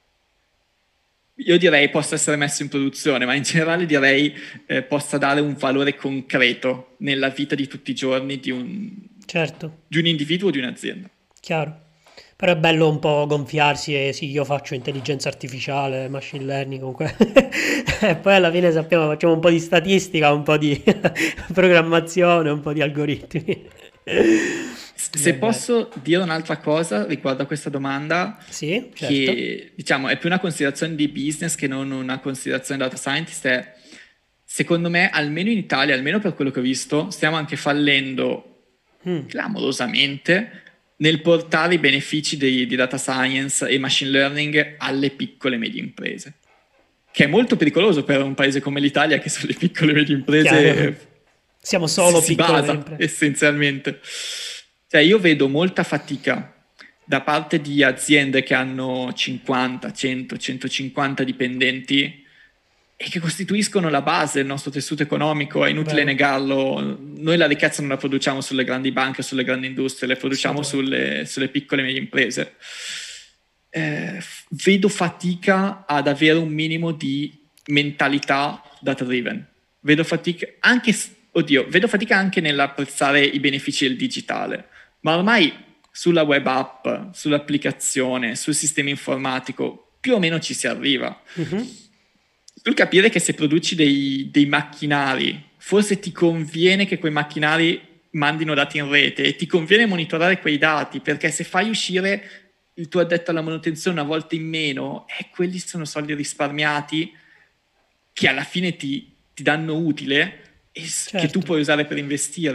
io direi possa essere messo in produzione, ma in generale direi eh, possa dare un valore concreto nella vita di tutti i giorni di un, Certo, di un individuo o di un'azienda. chiaro. Però è bello un po' gonfiarsi e sì, io faccio intelligenza artificiale, machine learning, comunque. E poi alla fine sappiamo, facciamo un po' di statistica, un po' di programmazione, un po' di algoritmi. Se Vabbè. posso dire un'altra cosa riguardo a questa domanda, Sì, certo. che diciamo è più una considerazione di business che non una considerazione data scientist, è secondo me, almeno in Italia, almeno per quello che ho visto, stiamo anche fallendo Mm, clamorosamente nel portare i benefici dei- di data science e machine learning alle piccole e medie imprese, che è molto pericoloso per un paese come l'Italia, che sulle piccole e medie chiaro. imprese Siamo si, solo si piccole medie basa imprese. essenzialmente. Cioè, io vedo molta fatica da parte di aziende che hanno cinquanta, cento, centocinquanta dipendenti e che costituiscono la base del nostro tessuto economico, è inutile Vero, negarlo. Noi la ricchezza non la produciamo sulle grandi banche, sulle grandi industrie, la produciamo assolutamente. sulle, sulle piccole e medie imprese. Eh, vedo fatica ad avere un minimo di mentalità data driven. Vedo fatica anche, oddio, vedo fatica anche nell'apprezzare i benefici del digitale, ma ormai sulla web app, sull'applicazione, sul sistema informatico, più o meno ci si arriva. Mhm, Sul capire che se produci dei, dei macchinari, forse ti conviene che quei macchinari mandino dati in rete e ti conviene monitorare quei dati, perché se fai uscire il tuo addetto alla manutenzione una volta in meno, eh, quelli sono soldi risparmiati che alla fine ti, ti danno utile e che tu certo. puoi usare per investire.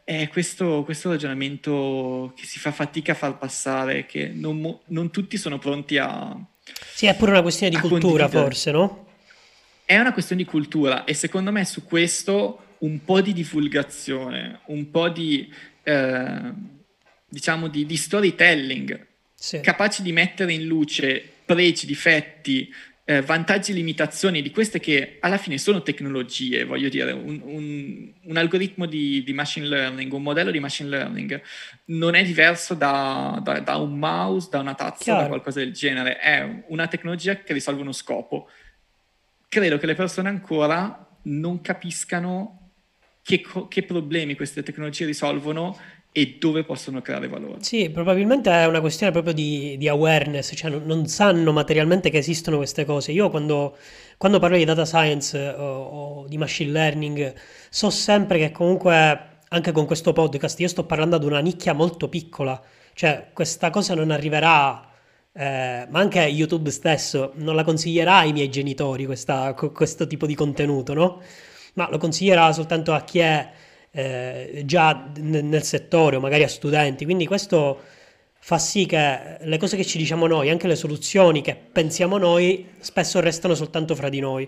è questo, questo ragionamento che si fa fatica a far passare, che non, mo- non tutti sono pronti a, Sì, è pure una questione di a cultura, condividere. forse, no? È una questione di cultura e secondo me su questo un po' di divulgazione, un po' di, eh, diciamo, di, di storytelling, Sì, capaci di mettere in luce pregi, difetti, eh, vantaggi e limitazioni di queste che alla fine sono tecnologie, voglio dire, un, un- un algoritmo di, di machine learning, un modello di machine learning non è diverso da, da- da un mouse, da una tazza, da chiaro. qualcosa del genere, è una tecnologia che risolve uno scopo. Credo che le persone ancora non capiscano che, co- che problemi queste tecnologie risolvono e dove possono creare valore. Sì, probabilmente è una questione proprio di, di awareness, cioè non, non sanno materialmente che esistono queste cose. Io quando, quando parlo di data science eh, o, o di machine learning, so sempre che comunque anche con questo podcast io sto parlando ad una nicchia molto piccola, cioè questa cosa non arriverà, eh, ma anche YouTube stesso non la consiglierà ai miei genitori questa- co- questo tipo di contenuto, no? Ma lo consiglierà soltanto a chi è eh, già n- nel settore o magari a studenti. Quindi questo fa sì che le cose che ci diciamo noi, anche le soluzioni che pensiamo noi, spesso restano soltanto fra di noi.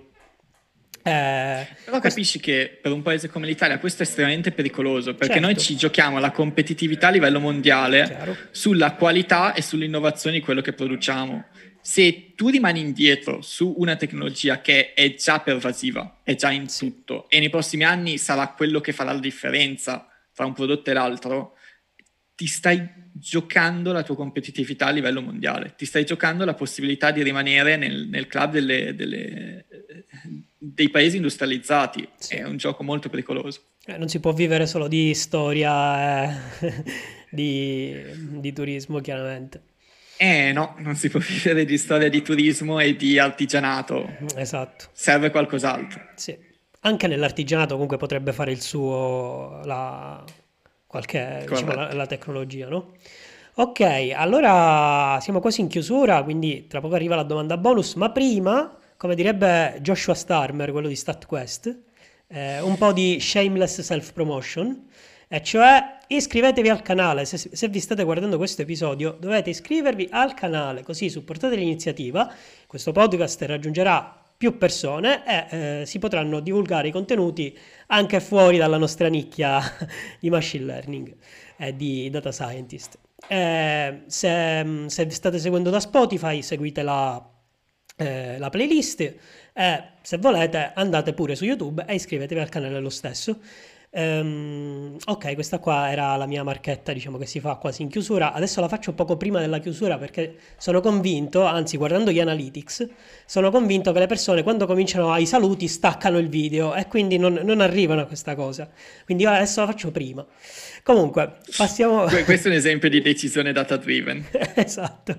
Eh, Però quest- capisci che per un paese come l'Italia questo è estremamente pericoloso, perché noi certo, ci giochiamo la competitività a livello mondiale chiaro. sulla qualità e sull'innovazione di quello che produciamo. Se tu rimani indietro su una tecnologia che è già pervasiva, è già in Sì, tutto, e nei prossimi anni sarà quello che farà la differenza tra un prodotto e l'altro, ti stai giocando la tua competitività a livello mondiale, ti stai giocando la possibilità di rimanere nel, nel club delle, delle, dei paesi industrializzati. sì. È un gioco molto pericoloso. Eh, non si può vivere solo di storia, eh, di, di turismo, chiaramente. Eh no, non si può vivere di storia di turismo e di artigianato, Esatto. serve qualcos'altro. Sì, anche nell'artigianato comunque potrebbe fare il suo, la, qualche, diciamo, la, Corretto. la tecnologia, no? Ok, allora siamo quasi in chiusura, quindi tra poco arriva la domanda bonus, ma prima, come direbbe Joshua Starmer, quello di StatQuest, eh, un po' di shameless self-promotion, e cioè iscrivetevi al canale, se, se vi state guardando questo episodio dovete iscrivervi al canale, così supportate l'iniziativa, questo podcast raggiungerà più persone e eh, si potranno divulgare i contenuti anche fuori dalla nostra nicchia di machine learning e di data scientist. Eh, se, se state seguendo da Spotify, seguite la, eh, la playlist e se volete andate pure su YouTube e iscrivetevi al canale lo stesso. Ehm, ok, questa qua era la mia marchetta, diciamo che si fa quasi in chiusura. Adesso la faccio poco prima della chiusura perché sono convinto, anzi guardando gli analytics, sono convinto che le persone quando cominciano ai saluti staccano il video e quindi non, non arrivano a questa cosa. Quindi io adesso la faccio prima. Comunque, passiamo... Que- Questo è un esempio di decisione data driven. Esatto.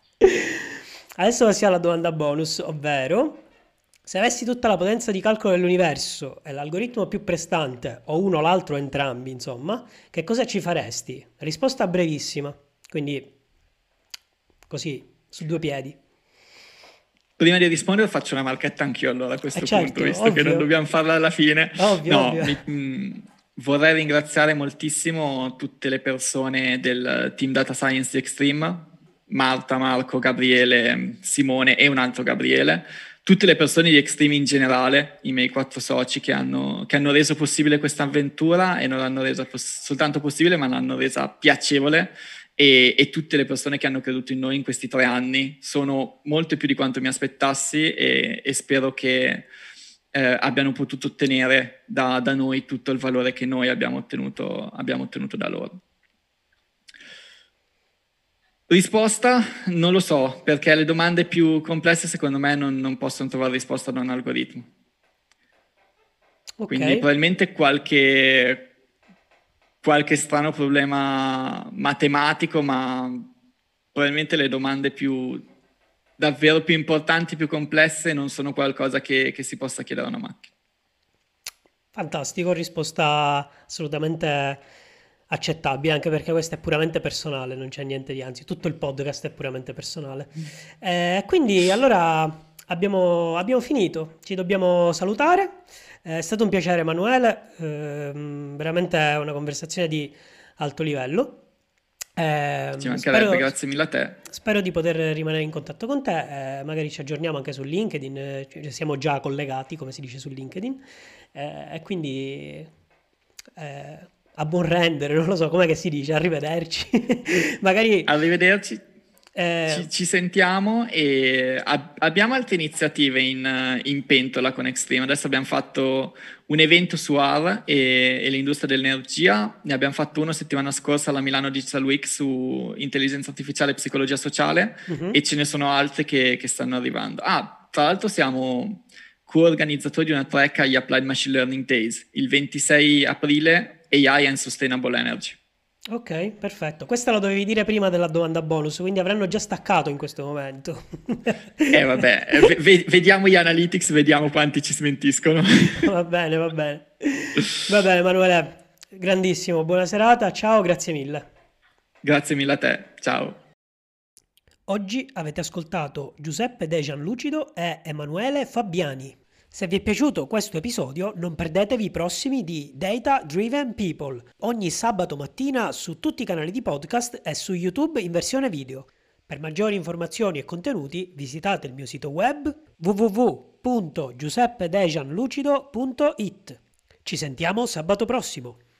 Adesso passiamo alla domanda bonus, ovvero se avessi tutta la potenza di calcolo dell'universo e l'algoritmo più prestante, o uno, l'altro, o entrambi, insomma, che cosa ci faresti? Risposta brevissima, quindi così, su due piedi. Prima di rispondere faccio una marchetta anch'io allora a Eh questo punto, certo, visto che non ovvio, dobbiamo farla alla fine. ovvio, No, ovvio. mi- mh, vorrei ringraziare moltissimo tutte le persone del team Data Science di Extreme, Marta, Marco, Gabriele, Simone e un altro Gabriele, tutte le persone di Extreme in generale, i miei quattro soci che hanno, che hanno reso possibile questa avventura e non l'hanno resa poss- soltanto possibile, ma l'hanno resa piacevole e, e tutte le persone che hanno creduto in noi in questi tre anni. Sono molte più di quanto mi aspettassi e, e spero che eh, abbiano potuto ottenere da, da noi tutto il valore che noi abbiamo ottenuto, abbiamo ottenuto da loro. Risposta? Non lo so, perché le domande più complesse secondo me non, non possono trovare risposta da un algoritmo. Ok, Quindi probabilmente qualche, qualche strano problema matematico, ma probabilmente le domande più davvero più importanti, più complesse, non sono qualcosa che, che si possa chiedere a una macchina. fantastico, risposta assolutamente accettabile, anche perché questo è puramente personale, non c'è niente di, anzi, tutto il podcast è puramente personale. Eh, quindi allora abbiamo, abbiamo finito, ci dobbiamo salutare. È stato un piacere, Emanuele, ehm, veramente una conversazione di alto livello. Ci Ehm, mancherebbe, spero, grazie mille a te. spero di poter rimanere in contatto con te, eh, magari ci aggiorniamo anche su LinkedIn, eh, ci- siamo già collegati, come si dice su LinkedIn, eh, e quindi eh, a buon rendere, non lo so, com'è che si dice, arrivederci. Magari Arrivederci, eh, ci, ci sentiamo e ab- abbiamo altre iniziative in, eh, in pentola con Extreme. Adesso abbiamo fatto un evento su A R e, e l'industria dell'energia, ne abbiamo fatto uno settimana scorsa alla Milano Digital Week su intelligenza artificiale e psicologia sociale e mhm. ce ne sono altre che, che stanno arrivando. Ah, tra l'altro siamo co-organizzatori di una track agli Applied Machine Learning Days, il ventisei aprile A I and Sustainable Energy. Ok, perfetto. Questa la dovevi dire prima della domanda bonus, quindi avranno già staccato in questo momento. Eh vabbè, eh, ve- ve- vediamo gli analytics, vediamo quanti ci smentiscono. Va bene, va bene. Va bene, Emanuele, grandissimo, buona serata, ciao, grazie mille. Grazie mille a te, ciao. Oggi avete ascoltato Giuseppe De Gianlucido e Emanuele Fabiani. Se vi è piaciuto questo episodio, non perdetevi i prossimi di Data Driven People, ogni sabato mattina su tutti i canali di podcast e su YouTube in versione video. Per maggiori informazioni e contenuti visitate il mio sito web w w w punto giuseppedegianlucido punto it. Ci sentiamo sabato prossimo!